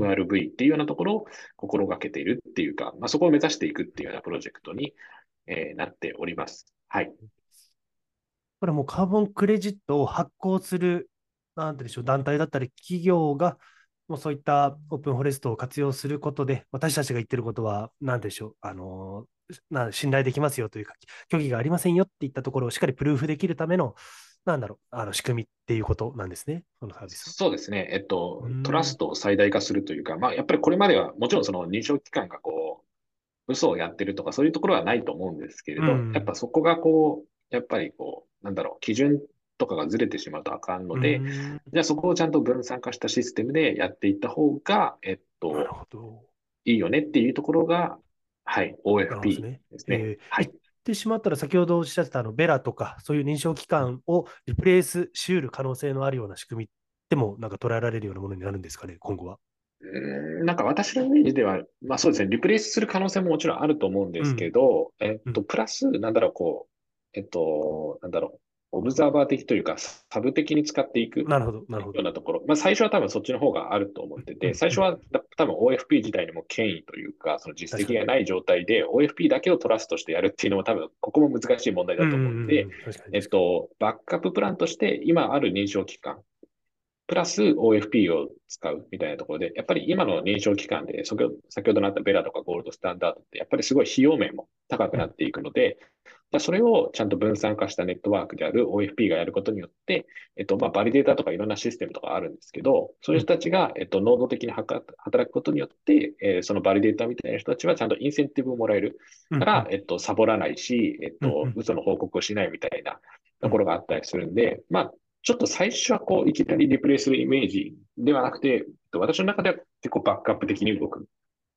DMRV っていうようなところを心がけているっていうか、そこを目指していくっていうようなプロジェクトに、なっております。はい。 これはもうカーボンクレジットを発行する、なんてでしょう、団体だったり企業が、もうそういったオープンフォレストを活用することで、私たちが言ってることは、なんでしょう、信頼できますよというか、虚偽がありませんよっていったところをしっかりプルーフできるための、なんだろう、仕組みっていうことなんですね、このサービスは。 そうですね。 うートラん、 ストを最大化するというか、やっぱりこれまではもちろんその認証機関が嘘をやってるとかそういうところはないと思うんですけれど、やっうん、 ぱそこがやっぱり基準とかがずれてしまうとあかんうーので、 ん、 じゃあそこをちゃんと分散化したシステムでやっていった方が、 なるほど。 いいよねっていうところが、はい、 なるほどです OFP ね。 ですね。はい。 言ってしまったら、先ほどおっしゃってたベラとか、そういう認証機関をリプレイスし得る可能性のあるような仕組みでも、なんか捉えられるようなものになるんですかね、今後は。 なんか私のイメージでは、そうですね、リプレイスする可能性ももちろんあると思うんですけうん、 ど、 うん、 プラス、オブザーバー的というか、サブ的に使っていくよなるほど、なるほど。 うなところ。最初は多分そっちの方があると思ってて、 うん、うん、 最初は多分 OFP 自体にも権威というか、その実確かに。 績がない状態で OFP だけをトラストしてやるっていうのも多分、ここも難しい問題うん、 だと思うので、 うん、うん、確かに、確かバックアッププランとして今ある認証機関、プラス OFP を使うみたいなところで、やっぱり今の認証期間で、先ほどのあったベラとかゴールドスタンダードって、やっぱりすごい費用面も高くに。うん、 なっていくので、じゃあそれをちゃんと分散化したネットワークである OFP がやることによって、バリデータとかいろんなシステムとかあるんですけど、そういううん、 人たちが、能動的に働くことによって、そのバリデータみたいな人たちはちゃんとインセンティブをもらえるうん、 から、 うん、 サボらないし、 うん、うん、 嘘の報告をしないみたいなうん、 ところがあったりするんで、ちょっと最初はいきなりリプレイするイメージではなくて、私の中では結構バックアップ的に動く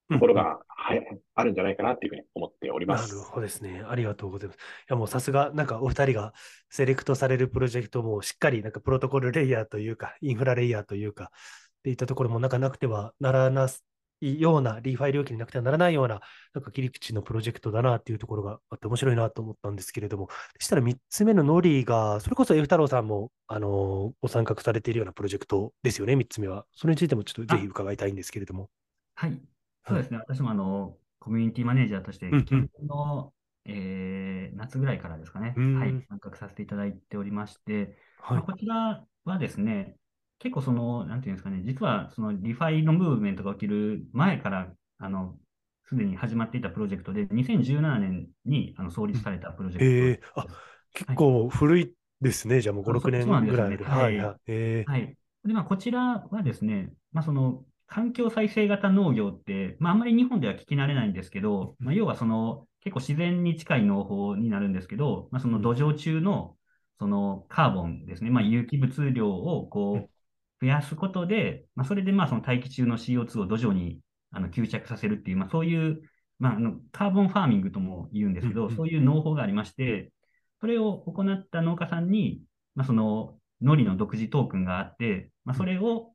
うんうん。 ところが、はい、あるんじゃないかなっていうふうに思っておりまなるす。 ほどですね。ありがとうございます。いや、もうさすが、なんかお二人がセレクトされるプロジェクトもしっかり、なんかプロトコルレイヤーというか、インフラレイヤーというか、っていったところもなんかなくてはならないような、リーファイ領域になくてはならないような、なんか切り口のプロジェクトだなっていうところがあって面白いなと思ったんですけれども、でしたら3つ目のノリが、それこそ F 太郎さんも、ご参画されているようなプロジェクトですよね、3つ目は。それについてもちょっとぜひあ、 伺いたいんですけれども。 はい。そうはい。 ですね。私もコミュニティマネージャーとして、去年うんうん。 の、夏ぐらいからですかね。 うーはい。 ん。 参画させていただいておりまして、 はい。 こちらはですね、結構なんていうんですかね、実はそのリファイのムーブメントが起きる前から、すでに始まっていたプロジェクトで、2017年に創うん。 立されたプロジェクトええ、あ、 です。 結はい。 構古いですね。じゃあもう5、6 そうなんですね。 年ぐらいで。 はい。 はいはい。えはい。で、こちらはですね、環境再生型農業って、あんまり日本では聞き慣れないんですけど、 え、 要は結構自然に近い農法になるんですけど、そうん、 の土壌中の、そのカーボンですね、 うん、 有機物量をうん、 こう、増やすことで、それでその大気中の CO2 を土壌に吸着させるっていう、そういう、カーボンファーミングとも言うんですうん、 けど、 うん、 そういう農法がありまして、それを行った農家さんに、その、ノリの独自トークンがあって、それを、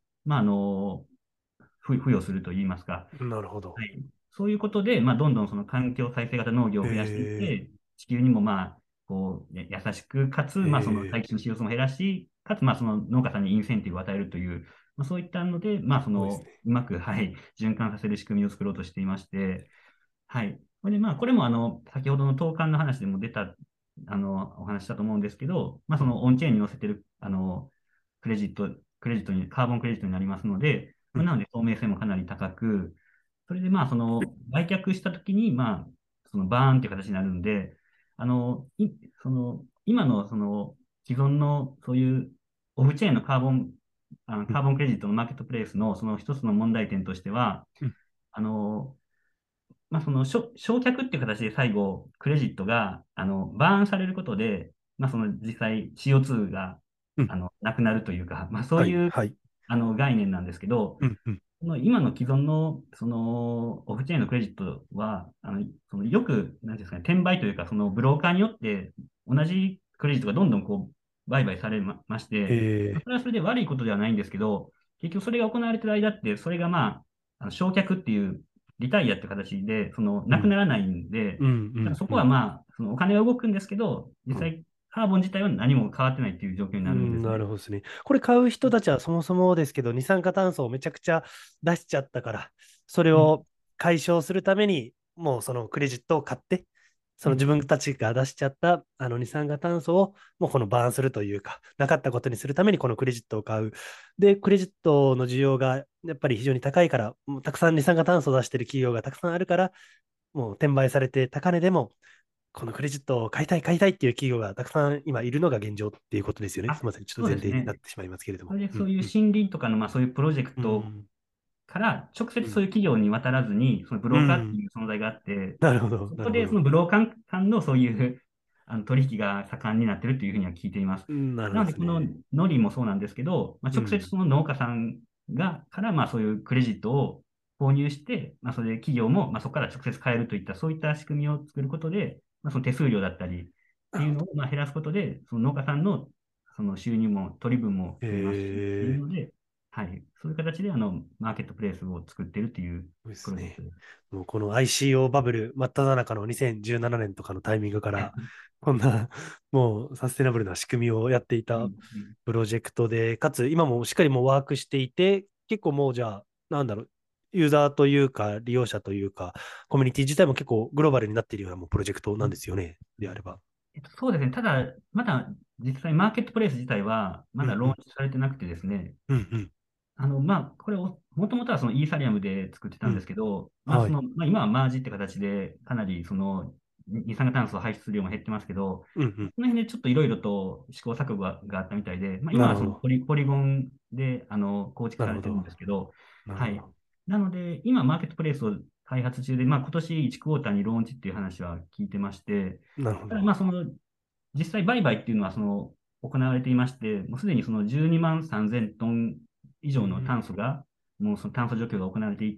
付与するといいますか、 うん。なるほど。 はい。そういうことで、どんどんその環境再生型農業を増やしていっえて、地球にもこう、優しく、かつ、そのえええ、 大気中の CO2 も減らし、かつ、その農家さんにインセンティブを与えるという、そういったので、 そうですね。 うまく、はい、循環させる仕組みを作ろうとしていまして、はい。これも先ほどの投函の話でも出た、お話だと思うんですけど、そうん、 のオンチェーンに載せてる、クレジットに、カーボンクレジットになりますので、 うん、 なので透明性もかなり高く、それで売却したときに、そのバーンっていう形になるんで、あの、い、今の既存のそういうオフチェーンのうん、 カーボンクレジットのマーケットプレイスのその一つの問題点としては、 うん、 あの、償却っていう形で最後、クレジットが、バーンされることで、実際 CO2 が、 うん。 なくなるというか、そうはい、 いう、 はい。 概念なんですけど、 うん、うん、 この今の既存の、オフチェーンのクレジットは、よく、なんていうんですかね、転売というか、そのブローカーによって、同じクレジットがどんどんこう、売買されまして、 ええ、 それはそれで悪いことではないんですけど、結局それが行われている間って、それが焼却っていう、リタイアっていう形で、 うん、 なくならないんで、 うん、うん、 そこはうん。 そのお金は動くんですけど、実うん、 際、カーボン自体は何も変わってないっていう状況になるんでうん、 すね。 なるほどですね。これ買う人たちはそもそもですけど、二酸化炭素をめちゃくちゃ出しちゃったから、それうん、 を解消するために、もうそのクレジットを買って、そうん、 の自分たちが出しちゃった二酸化炭素をもうこのバーンするというか、なかったことにするためにこのクレジットを買う。で、クレジットの需要がやっぱり非常に高いから、もうたくさん二酸化炭素を出している企業がたくさんあるから、もう転売されて高値でも、このクレジットを買いたい、買いたいっていう企業がたくさん今いるのが現状っていうことですよね。すみません。ちょっと前提になそうですね。 ってしまいますけれども。 それでそういううんうん。 森林とかのそういうプロジェクトうん。 から直接うん。 そういう企業に渡らずに、そのブローカーってうん。 いう存在があって、 なるほど。 そこなるほど。 でそのブローカー間のそういう取引が盛んになっているというふうには聞いています。 うん、なるほなので、このどですね。 ノリもそうなんですけど、直接うん。 その農家さんからそういうクレジットを購入して、それで企業もそこから直接買えるといったそういった仕組みを作ることで、その手数料だったりっていうなるほど。 のを減らすことで、その農家さんのその収入も取り分も増えますしっていうえー、 ので、はい。そういう形で、マーケットプレイスを作っているというそうでプすね。 ロジェクトです。 もうこの ICO バブル真っ只中の2017年とかのタイミングから、こんなもうサステナブルな仕組みをやっていたうん、うん、 プロジェクトで、かつ今もしっかりもうワークしていて、結構もうじゃあ、なんだろう、ユーザーというか、利用者というか、コミュニティ自体も結構グローバルになっているようなもうプロジェクトなんですよね。であれば。 そうですね。ただ、まだ実際マーケットプレイス自体はまだローンうんうん。 チされてなくてですね、 うんうん。 これを、もともとはそのイーサリアムで作ってたんでうん。 すけど、 はい。 今はマージって形で、かなりその、二酸化炭素排出量も減ってますけど、 うんうん。 この辺でちょっといろいろと試行錯誤があったみたいで、今はそのなるほど。 ポリゴンで、構築されてるんなるほど。 ですけど、はい。 なるほど。 なので、今、マーケットプレイスを開発中で、今年1クォーターにローンチっていう話は聞いてまして、 なるほど。 ただ実際売買っていうのは行われていまして、もうすでにその12万3000トン以上のうん。 炭素が、もうその炭素除去が行われていて、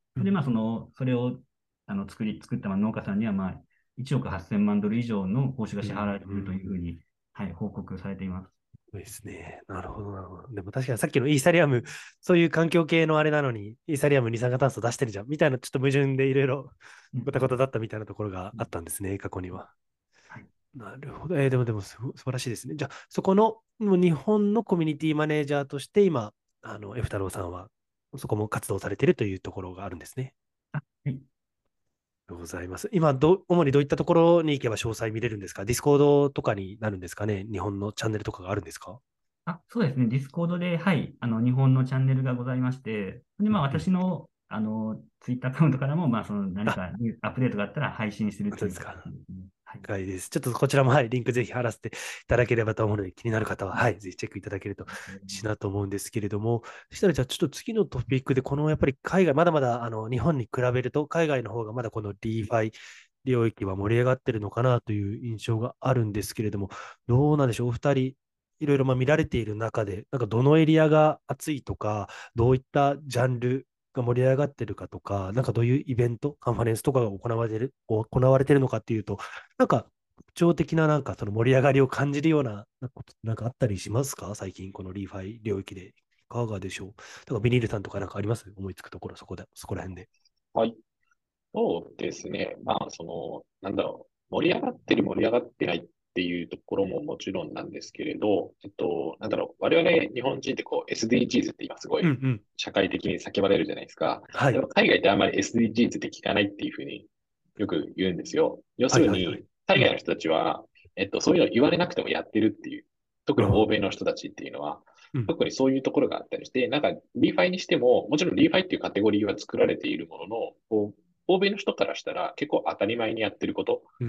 それで、まあ、それを作った農家さんには、まあ、1億8000万ドル以上の報酬が支払われているというふうに、はい、報告されています。 そうですね。なるほど、なるほど。でも確かにさっきのイーサリアム、そういう環境系のあれなのに、イーサリアム二酸化炭素出してるじゃん、みたいなちょっと矛盾でいろいろごたごただったみたいなところがあったんですね、過去には。 はい。 なるほど。でも素晴らしいですね。じゃあ、そこのもう日本のコミュニティマネージャーとして、今、F 太郎さんは、そこも活動されているというところがあるんですね。 はい。 ありがとうございます。今、主にどういったところに行けば詳細見れるんですか？ディスコードとかになるんですかね？日本のチャンネルとかがあるんですか？ そうですね。ディスコードで、はい、日本のチャンネルがございまして、で、まあ、 うんうん。 私の、ツイッターアカウントからも、まあ、何あ、 かニューアップデートがあったら配信するという形そうですか。 ですね。はい。 了解です。ちょっとこちらも、はい、リンクぜひ貼らせていただければと思うので、気になる方は、はい、ぜひチェックいただけるといいなと思うんですけれども、そしたらじゃあちょっと次のトピックで、このやっぱり海外、まだまだ日本に比べると、海外の方がまだこの DeFi 領域は盛り上がってるのかなという印象があるんですけれども、どうなんでしょう、お二人、いろいろ見られている中で、なんかどのエリアが熱いとか、どういったジャンルが盛り上がってるかとか、なんかどういうイベント、カンファレンスとかが行われてるのかっていうと、なんか特徴的ななんかその盛り上がりを感じるようなことなんかあったりしますか？最近このリーファイ領域で。いかがでしょう？だからビニールさんとかなんかあります？思いつくところ、そこら辺で。 はい。そうですね。まあ、なんだろう。盛り上がってる、盛り上がってないっていうところももちろんなんですけれど、なんだろう。我々日本人ってこう SDGs って今すごいうんうん。 社会的に叫ばれるじゃないですか。 はい。 でも海外ってあんまり SDGs って聞かないっていうふうによく言うんですよ。要すはいはいはい。 るに、海うん。 外の人たちは、そういうの言われなくてもやってるっていう、特に欧うん。 米の人たちっていうのは、 うん。 特にそういうところがあったりして、なんか、リーファイにしても、もちろんリーファイっていうカテゴリーは作られているものの、こう欧米の人からしたら結構当たり前にやってることうん。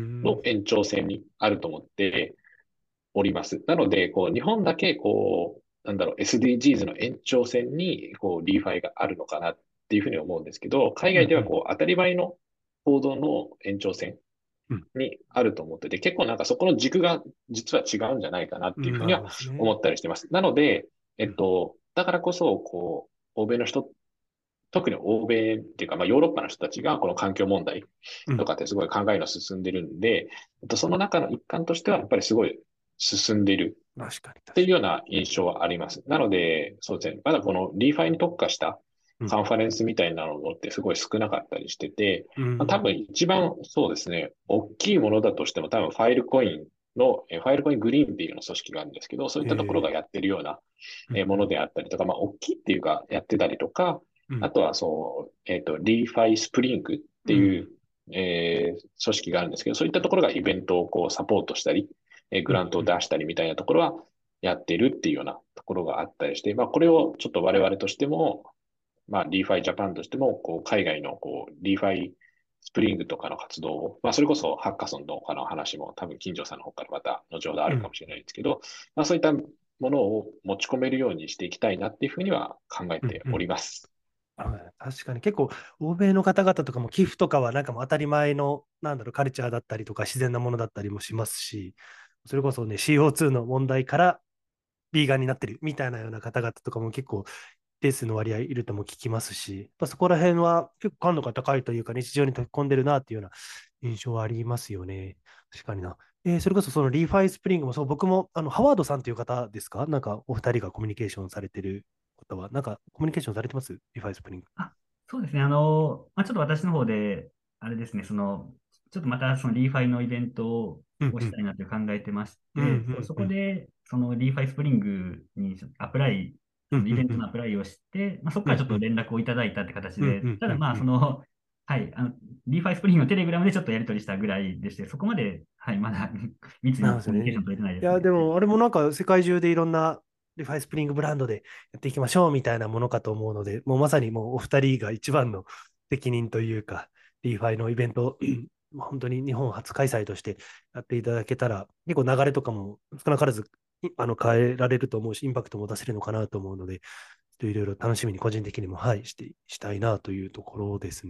の延長線にあると思っております。なので、こう、日本だけ、こう、なんだろう、SDGs の延長線に、こう、リーファイがあるのかなっていうふうに思うんですけど、海外では、 うん。 こう、当たり前の行動の延長線うん。 にあると思ってて、結構なんかそこの軸が実は違うんじゃないかなっうん。なるほていうふうにはどですね。 思ったりしてます。なので、 うん。 だからこそ、こう、欧米の人、特に欧米っていうか、まあ、ヨーロッパの人たちがこの環境問題うん。 とかってすごい考えの進んでるんで、その中の一環としてはやっぱりすごい進んでる確かにっていう確かような印象はあります。なので、そうですね、まだこのリーファイに特化したに。うん。 カンファレンスみたいなのってすごい少なかったりしてて、まあ、多うん。 分一番そうですね、大きいものだとしても多分ファイルコインの、ファイルコイングリーンっていうの組織があるんですけど、そういったところがええ。 やってるようなうん。 ものであったりとか、まあ、大きいっていうか、やってたりとか、 うん。 あとはそう、リーファイスプリングっていう、 うん。 組織があるんですけど、そういったところがイベントをこうサポートしたり、グうん。 ラントをうん。 出したりみたいなところはやってるっていうようなところがあったりして、まあ、これをちょっと我々としても、まあ、リーファイジャパンとしても、こう、海外の、こう、リーファイスプリングとかの活動を、まあ、それこそハッカソンとかの話も多分、金城さんの方からまた後ほどあうん。 るかもしれないんですけど、まあ、そういったものを持ち込めるようにしていきたいなっていうふうには考えうん。 ておうん。 ります。 確かに結構欧米の方々とかも寄付とかはなんかもう当たり前のなんだろうカルチャーだったりとか自然なものだったりもしますし、それこそね CO2 の問題からビーガンになってるみたいなような方々とかも結構一定数の割合いるとも聞きますし、やっぱそこら辺は結構感度が高いというか日常に溶け込んでるなっていうような印象はありますよね。確かにな。それこそそのリーファイスプリングもそう、僕もハワードさんという方ですか？なんかお二人がコミュニケーションされてる方は、なんかコミュニケーションされてます？リーファイスプリング。 あ、そうですね。まあ、ちょっと私の方で、あれですね、ちょっとまたそのリーファイのイベントうんうん。 をしたいなと考えてましうんうて、そんうん。 こで、そのリーファイスプリングにアプライ、 うんうんうん。 イベントのアプライをして、まあ、そこからちょっとうんうん。 連絡をいただいたって形で、 うんうんただまあ、 うんうん。 はい、リーファイスプリングのテレグラムでちょっとやり取りしたぐらいでして、そこまで、はい、まだ密なんにコミュニケーションですよね。 取れてないいや、 ですね。 でも、あれもなんか世界中でいろんなリファイスプリングブランドでやっていきましょうみたいなものかと思うので、もうまさにもうお二人が一番の責任というか、リーファイのイベント、本当に日本初開催としてやっていただけたら、結構流れとかも少なからず変えられると思うし、インパクトも出せるのかなと思うので、いろいろ楽しみに個人的にも、はい、したいなというところですね。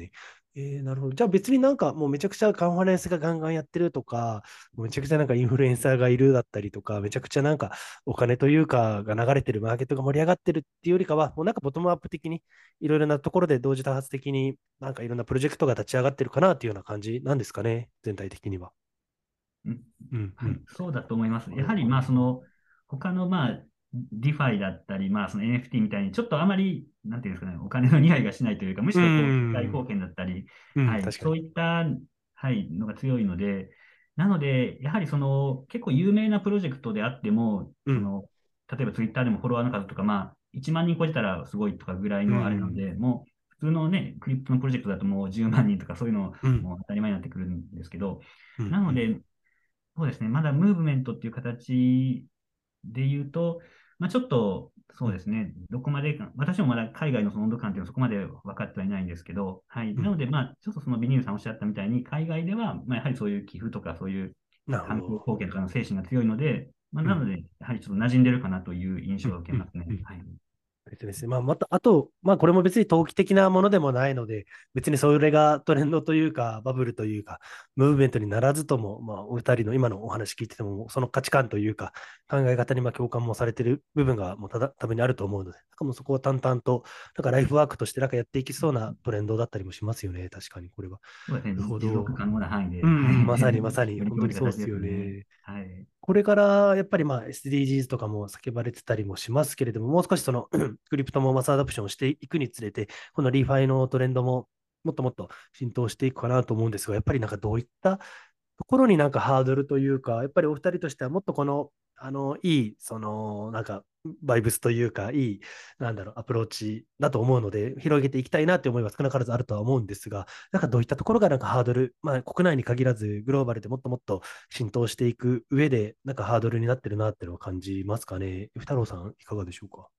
なるほど。じゃあ別になんかもうめちゃくちゃカンファレンスがガンガンやってるとか、もうめちゃくちゃなんかインフルエンサーがいるだったりとか、めちゃくちゃなんかお金というかが流れてるマーケットが盛り上がってるっていうよりかは、もうなんかボトムアップ的にいろいろなところで同時多発的になんかいろんなプロジェクトが立ち上がってるかなっていうような感じなんですかね、全体的には。 うん、はい、 うんうん。 そうだと思います。やはり、 はいはい他の、ディファイだったり、その NFT みたいに、ちょっとあまり、なんていうんですかね、お金の匂いがしないというか、むうしろ、社会ん。 貢献だったり、 うん、 はい、 確かに。 そういった、はい、のが強いので、なので、やはり、結構有名なプロジェクトであっても、 うん。 例えばツイッターでもフォロワーの数とか、1万人超えたらすごいとかぐらいうのあれなのん。 で、もう、普通のね、クリプトのプロジェクトだともう10万人とかそういうのうん。 もう当たり前になってくるんですけど、 うん。うん。 なので、そうですね。まだムーブメントっていう形で言うと、ちょっと、 うん。 そうですね。どこまでか、私もまだ海外のその温度感っていうのはそこまで分かってはいないんですけど、はい。 うん。 なので、ちょっとそのビニールさんおっしゃったみたいに、海外では、やはりそういう寄付とかそういうなるほ環境ど。 貢献とかの精神が強いので、 うん。 なので、やはりちょっと馴染んでるかなという印象をうん。うん。 受けますね。 うん。 はい。 ですね。まあ、また、あと、まあ、これも別に投機的なものでもないので、別にそれがトレンドというか、バブルというか、ムーブメントにならずとも、まあ、お二人の今のお話聞いてても、その価値観というか、考え方にまあ共感もされている部分がもう多分にあると思うので、なんかもうそこを淡々と、なんかライフワークとしてなんかやっていきそうなトレンドだったりもしますよね。確かに、これは。 そうですね。 なるほど。 持続可能な範囲で、はい。 うん、まさにまさに、 取り組むって形で本当にそうっすよすね。 ね。 はい。 これからやっぱりまあ SDGs とかも叫ばれてたりもしますけれども、もう少しそのクリプトもマスアダプションしていくにつれて、このリーファイのトレンドももっともっと浸透していくかなと思うんですが、やっぱりなんかどういったところになんかハードルというか、やっぱりお二人としてはもっとこの、いい、なんか、バイブスというか、いい、なんだろう、アプローチだと思うので、広げていきたいなって思いは少なからずあるとは思うんですが、なんかどういったところがなんかハードル、まあ国内に限らずグローバルでもっともっと浸透していく上で、なんかハードルになってるなっていうのを感じますかね。太郎さん、いかがでしょうか。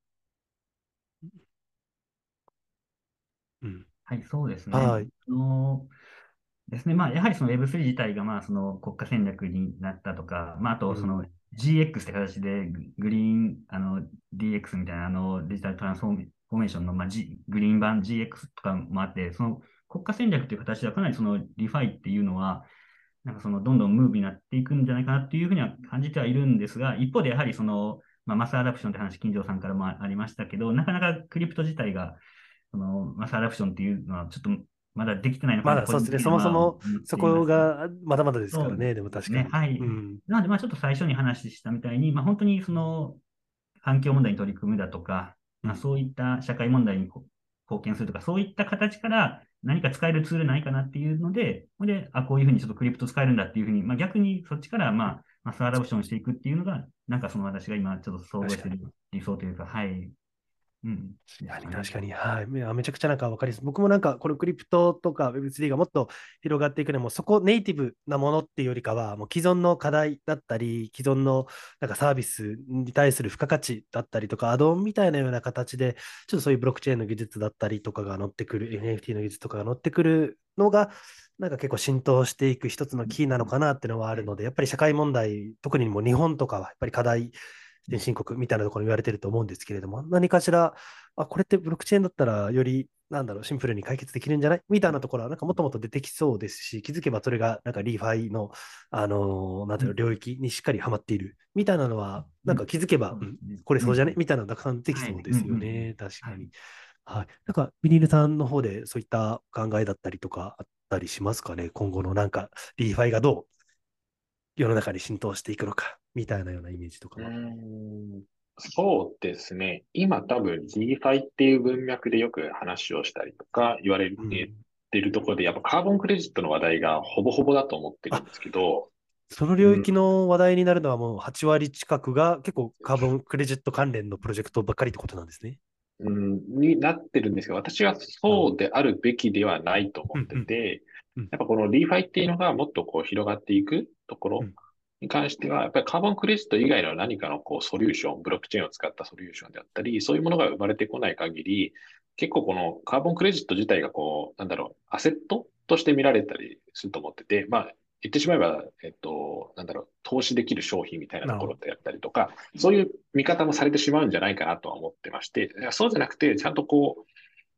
うん。 はい、そうですね。 はい。 ですね。やはりその Web3 自体が、その国家戦略になったとか、あと、そのうん。 GX って形で、グリーン、DX みたいな、デジタルトランスフォーメーションの、グリーン版 GX とかもあって、その国家戦略という形ではかなりそのリファイっていうのは、なんかそのどんどんムーブになっていくんじゃないかなっていうふうには感じてはいるんですが、一方でやはりその、マスアダプションって話、金城さんからもありましたけど、なかなかクリプト自体が、そのマスアダプションっていうのはちょっとまだできてないのかなと個人まだそうですね。そ的には思もそもそっています。 こがまだまだですかそうらね。でもですね。 確かに。 はい。 うん。 なので、ちょっと最初に話したみたいに、本当にその環境問題に取り組むだとか、 うん。 そういった社会問題に貢献するとか、そういった形から何か使えるツールないかなっていうので、こういうふうにちょっとクリプト使えるんだっていうふうに、逆にそっちから、マスアダプションしていくっていうのが、なんかその私が今ちょっと想像確かに。 している理想というか、はい。うん。ですかね。 確かに。はい。めちゃくちゃなんかわかります。僕もなんか、このクリプトとか Web3 がもっと広がっていくのも、そこネイティブなものっていうよりかは、もう既存の課題だったり、既存のなんかサービスに対する付加価値だったりとか、アドオンみたいなような形で、ちょっとそういうブロックチェーンの技術だったりとかが乗ってくる、NFT の技術とかが乗ってくるのが、なんか結構浸透していく一つのキーなのかなっていうのはあはい。 るので、やっぱり社会問題、特にもう日本とかはやっぱり課題、先進国みたいなところに言われてると思うんですけれども、何かしら、これってブロックチェーンだったらより、なんだろう、シンプルに解決できるんじゃないみたいなところは、なんかもっともっと出てきそうですし、気づけばそれが、なんかリーファイの、なんうん。 ていうの、領域にしっかりはまっているみたいなのは、なんかうん。 気づけば、 そうですね。 これうん。 そうじゃねみたいなのたくさん出てきはい。 そうでうん。うん。 すよね。確はい。 かに。はい。なんか、ビニールさんの方でそういった考えだったりとかあったりしますかね。今後のなんか、リーファイがどう世の中に浸透していくのか、みたいなようなイメージとかうーは。 ん、そうですね。今多分 DeFi っていう文脈でよく話をしたりとか言われうん。 てるところで、やっぱカーボンクレジットの話題がほぼほぼだと思ってるあ、 んですけど、 その領うん、 域の話題になるのはもう8割近くが結構カーボンクレジット関連のプロジェクトばっかりってことなんですね。 うん、になってるんですけど、私はあ、 そうであるべきではないと思ってうんうんて、 うんやっぱこの DeFi っていうのがもっとこう広がっていくところうんに関しては、やっぱりカーボンクレジット以外の何かのこうソリューション、ブロックチェーンを使ったソリューションであったり、そういうものが生まれてこない限り、結構このカーボンクレジット自体がこう、なんだろう、アセットとして見られたりすると思ってて、まあ、言ってしまえば、なんだろう、投資できる商品みたいななるほど。 ところであったりとか、そういう見方もされてしまうんじゃないかなとは思ってまして、そうじゃなくて、ちゃんとこう、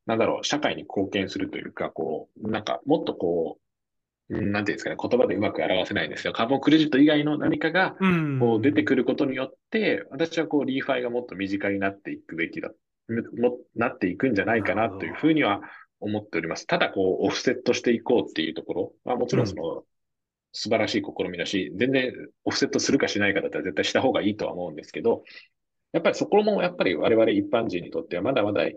なんだろう、社会に貢献するというか、こう、なんかもっとこう、なんていうんですかね、言葉でうまく表せないんですけど、カーボンクレジット以外の何かが、 うこう出てん。 くることによって、私はこう、リーファイがもっと身近になっていくべきだ、なっていくんじゃないなるほかなというふうど。 には思っております。ただ、こう、オフセットしていこうっていうところは、もちうん。 ろんその、素晴らしい試みだし、全然オフセットするかしないかだったら絶対した方がいいとは思うんですけど、やっぱりそこもやっぱり我々一般人にとってはまだまだ、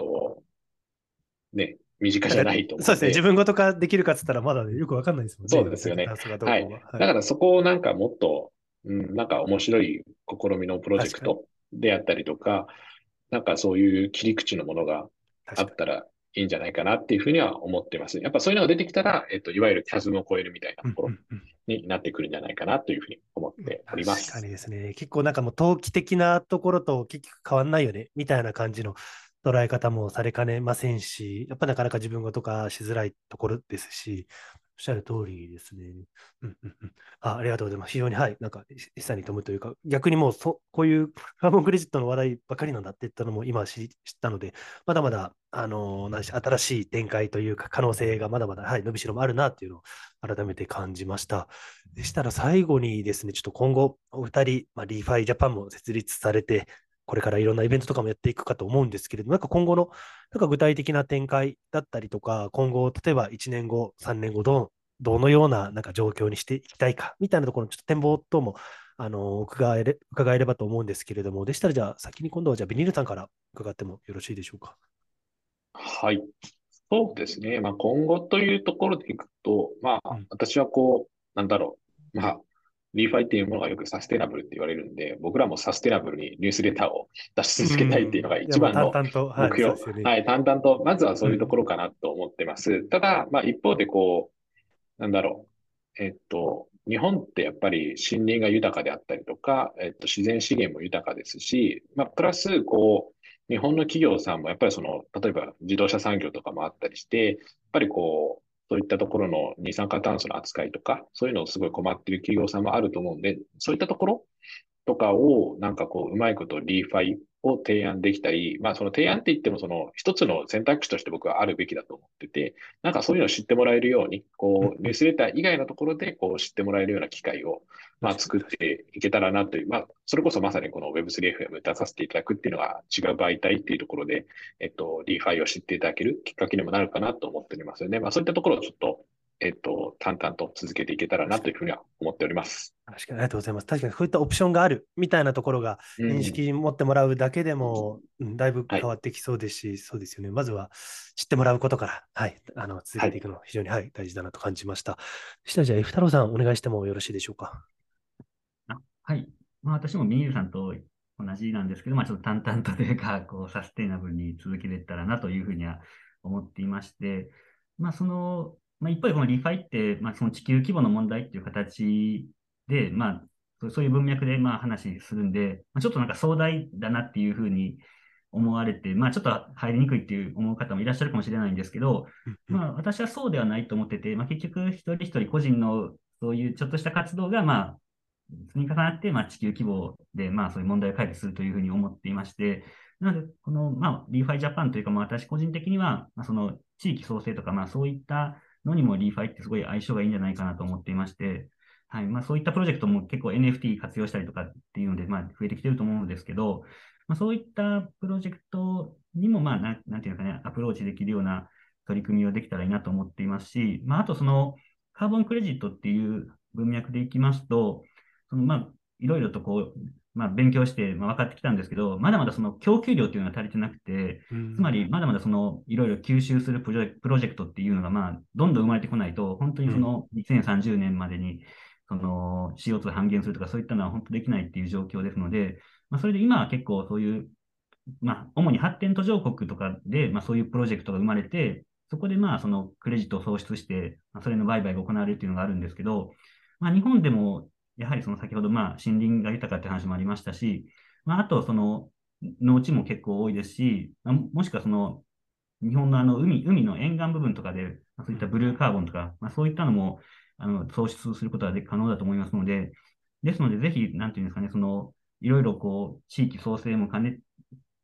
身近じゃなんか、 ないとそうですね。自思うんで、 分ごと化できるかっつったらまだね、よくわかんないですもんね。 そうですよね。 脱炭素がどうはい。 こうは。はい。 だからそこをなんかもっと、なんか面白い試みのプロジェ確かに。 クトであったりとか、なんかそういう切り口のものがあ確かに。 ったらいいんじゃないかなっていうふうには思ってます。やっぱそういうのが出てきたら、いわゆるキャズムを超えるみたいなうんところうんうん。 になってくるんじゃないかなというふうに思ってお確かります。 にですね。結構なんかもう投機的なところと結局変わんないよね、みたいな感じの捉え方もされかねませんし、やっぱなかなか自分ごと化しづらいところですし、おっしゃる通りですね。うんうんうん。ありがとうございます。非常に、はい、なんか、一切に富むというか、逆にもうこういうカーボンクレジットの話題ばかりなんだって言ったのも今知ったので、まだまだ、新しい展開というか、可能性がまだまだ、はい、伸びしろもあるなっていうのを改めて感じました。でしたら最後にですね、ちょっと今後、お二人、リーファイジャパンも設立されて、これからいろんなイベントとかもやっていくかと思うんですけれども、なんか今後のなんか具体的な展開だったりとか、今後、例えば1年後、3年後、どのようななんか状況にしていきたいか、みたいなところのちょっと展望等も、伺えればと思うんですけれども、でしたらじゃあ先に今度はじゃあビニールさんから伺ってもよろしいでしょうか。 はい。そうですね。まあ、今後というところでいくと、まあ、 うん。 私はこう、なんだろう。まあ、リーファイっていうものがよくサステナブルって言われるんで、僕らもサステナブルにニュースレターを出しう続けたいっていうのん。 がいや、もう一番の淡々と、はい、そう目標。 ですよね。 はい、淡々と、まずはそういうとこうん。 ろかなと思ってます。ただ、まあ、一方でこう、なんだろう。日本ってやっぱり森林が豊かであったりとか、自然資源も豊かですし、まあ、プラス、こう、日本の企業さんもやっぱりその、例えば自動車産業とかもあったりして、やっぱりこう、そういったところの二酸化炭素の扱いとか、そういうのをすごい困っている企業さんもあると思うんで、そういったところとかを、なんかこう、うまいことリーファイを提案できたり、まあその提案って言っても、その一つの選択肢として僕はあるべきだと思ってて、なんかそういうのを知ってもらえるように、こう、ニューうんうん。 スレター以外のところで、こう、知ってもらえるような機会を、まあ確かに、 作っていけたらなという、まあ、それこそまさにこの Web3FM 出させていただくっていうのが違う媒体っていうところで、リーファイを知っていただけるきっかけにもなるかなと思っておりますよね。まあそういったところをちょっと、淡々と続けていけたらな確かに。 というふうには思っております。 確かに、ありがとうございます。確かに、そういったオプションがあるみたいなところが認うん。 識持ってもらうだけでも、だいぶはい。 変わってきそうですし、そうですよね。まずは知ってもらうことから、はい、続はい。 けていくの、非常に、はい、大事だなと感じました。そしたら、じゃあ、F 太郎さん、お願いしてもよろしいでしょうか。 はい。まあ、私もビニールさんと同じなんですけど、まあ、ちょっと淡々とというか、こう、サステイナブルに続けていったらなというふうには思っていまして、まあ、まあ、一方でこのリファイって、まあ、その地球規模の問題っていう形で、まあ、そういう文脈で、まあ、話するんで、まあ、ちょっとなんか壮大だなっていうふうに思われて、まあ、ちょっと入りにくいっていう思う方もいらっしゃるかもしれないんですけど、 うんうん。 まあ、私はそうではないと思ってて、まあ、結局、一人一人個人のそういうちょっとした活動が、まあ、積み重なって、まあ、地球規模で、まあ、そういう問題を解決するというふうに思っていまして、なので、この、まあ、リーファイジャパンというか、まあ、私個人的には、まあ、その地域創生とか、まあ、そういったのにもリーファイってすごい相性がいいんじゃないかなと思っていまして、はい、まあ、そういったプロジェクトも結構 NFT 活用したりとかっていうので、まあ、増えてきてると思うんですけど、まあ、そういったプロジェクトにも、まあ、なんていうかね、アプローチできるような取り組みをできたらいいなと思っていますし、まあ、あとカーボンクレジットっていう文脈でいきますと、まあ、いろいろとこう、まあ、勉強して、まあ、分かってきたんですけど、まだまだその供給量というのが足りてなくて、 うん。 つまり、まだまだいろいろ吸収するプロジェクトっていうのが、まあ、どんどん生まれてこないと、本当にうん。 2030年までに、CO2 半減するとか、そういったのは本当できないっていう状況ですので、まあ、それで今は結構そういう、まあ、主に発展途上国とかで、まあ、そういうプロジェクトが生まれて、そこでまあ、そのクレジットを創出して、まあ、それの売買が行われるっていうのがあるんですけど、まあ、日本でも、やはり先ほど、まあ、森林が豊かって話もありましたし、まあ、あと、農地も結構多いですし、もしくは日本の海の沿岸部分とかで、まあそういったブルーカーボンとか、まあ、そういったのも、創出することは可能だと思いますので、ですので、ぜひ、なんていうんですかね、いろいろこう、地域創生も兼ね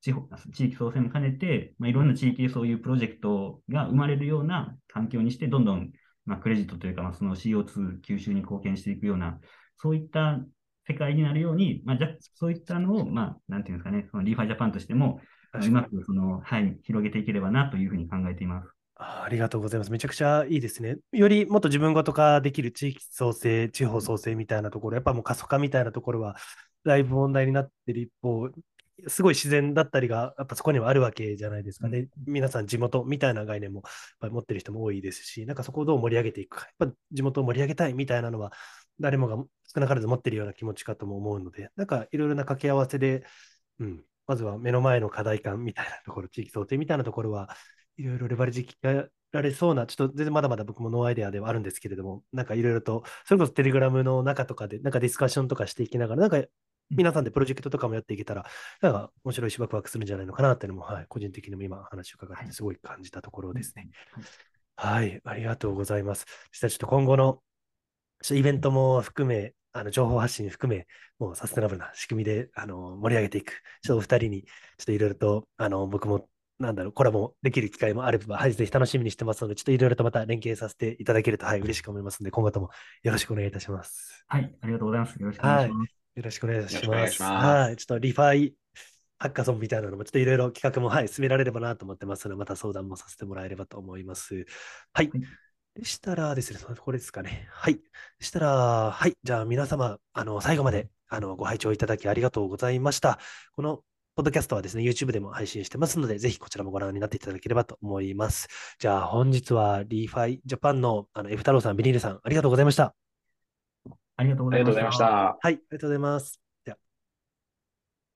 地域創生も兼ねて、いろんな地域でそういうプロジェクトが生まれるような環境にして、どんどん、クレジットというか、その CO2 吸収に貢献していくような、そういった世界になるように、そういったのを、なんていうんですかね、そのリーファイジャパンとしても、うまく広げていければなというふうに考えています。 ありがとうございます。めちゃくちゃいいですね。よりもっと自分ごと化できる地域創生、地方創生みたいなところ、やっぱもう過疎化みたいなところは、だいぶ問題になっている一方、すごい自然だったりが、やっぱそこにはあるわけじゃないですかね。皆さん地元みたいな概念もやっぱり持ってる人も多いですし、なんかそこをどう盛り上げていくか、やっぱ地元を盛り上げたいみたいなのは、誰もが少なからず持ってるような気持ちかとも思うので、なんかいろいろな掛け合わせで、まずは目の前の課題感みたいなところ、地域創生みたいなところは、いろいろレバレッジ効られそうな、ちょっと全然まだまだ僕もノーアイデアではあるんですけれども、なんかいろいろと、それこそテレグラムの中とかで、なんかディスカッションとかしていきながら、なんか皆さんでプロジェクトとかもやっていけたら、なんか面白いしワクワクするんじゃないのかなっていうのも、はい、個人的にも今話を伺ってすごい感じたところですね。はい、ありがとうございます。そしたらちょっと今後のイベントも含め、情報発信含め、もうサステナブルな仕組みで、盛り上げていく。ちょっとお二人に、ちょっといろいろと、僕も、コラボできる機会もあれば、はい、ぜひ楽しみにしてますので、ちょっといろいろとまた連携させていただけると、はい、嬉しく思いますので、今後ともよろしくお願いいたします。 はい、ありがとうございます。よろしくお願いはい、 します。 よろしくお願いよろしくお願いしします。 ます。 はい、ちょっとリファイハッカソンみたいなのも、ちょっといろいろ企画も、はい、進められればなと思ってますので、また相談もさせてもらえればと思います。はい。 はい、 でしたらですね、そのところですかね。はい。でしたら、はい。じゃあ皆様、最後まで、ご拝聴いただきありがとうございました。この、ポッドキャストはですね、YouTube でも配信してますので、ぜひこちらもご覧になっていただければと思います。じゃあ本日はリーファイジャパンの、F 太郎さん、ビニールさん、ありがとうございました。 ありがとうございましありがとうございました。 た。 はい、ありがとうございます。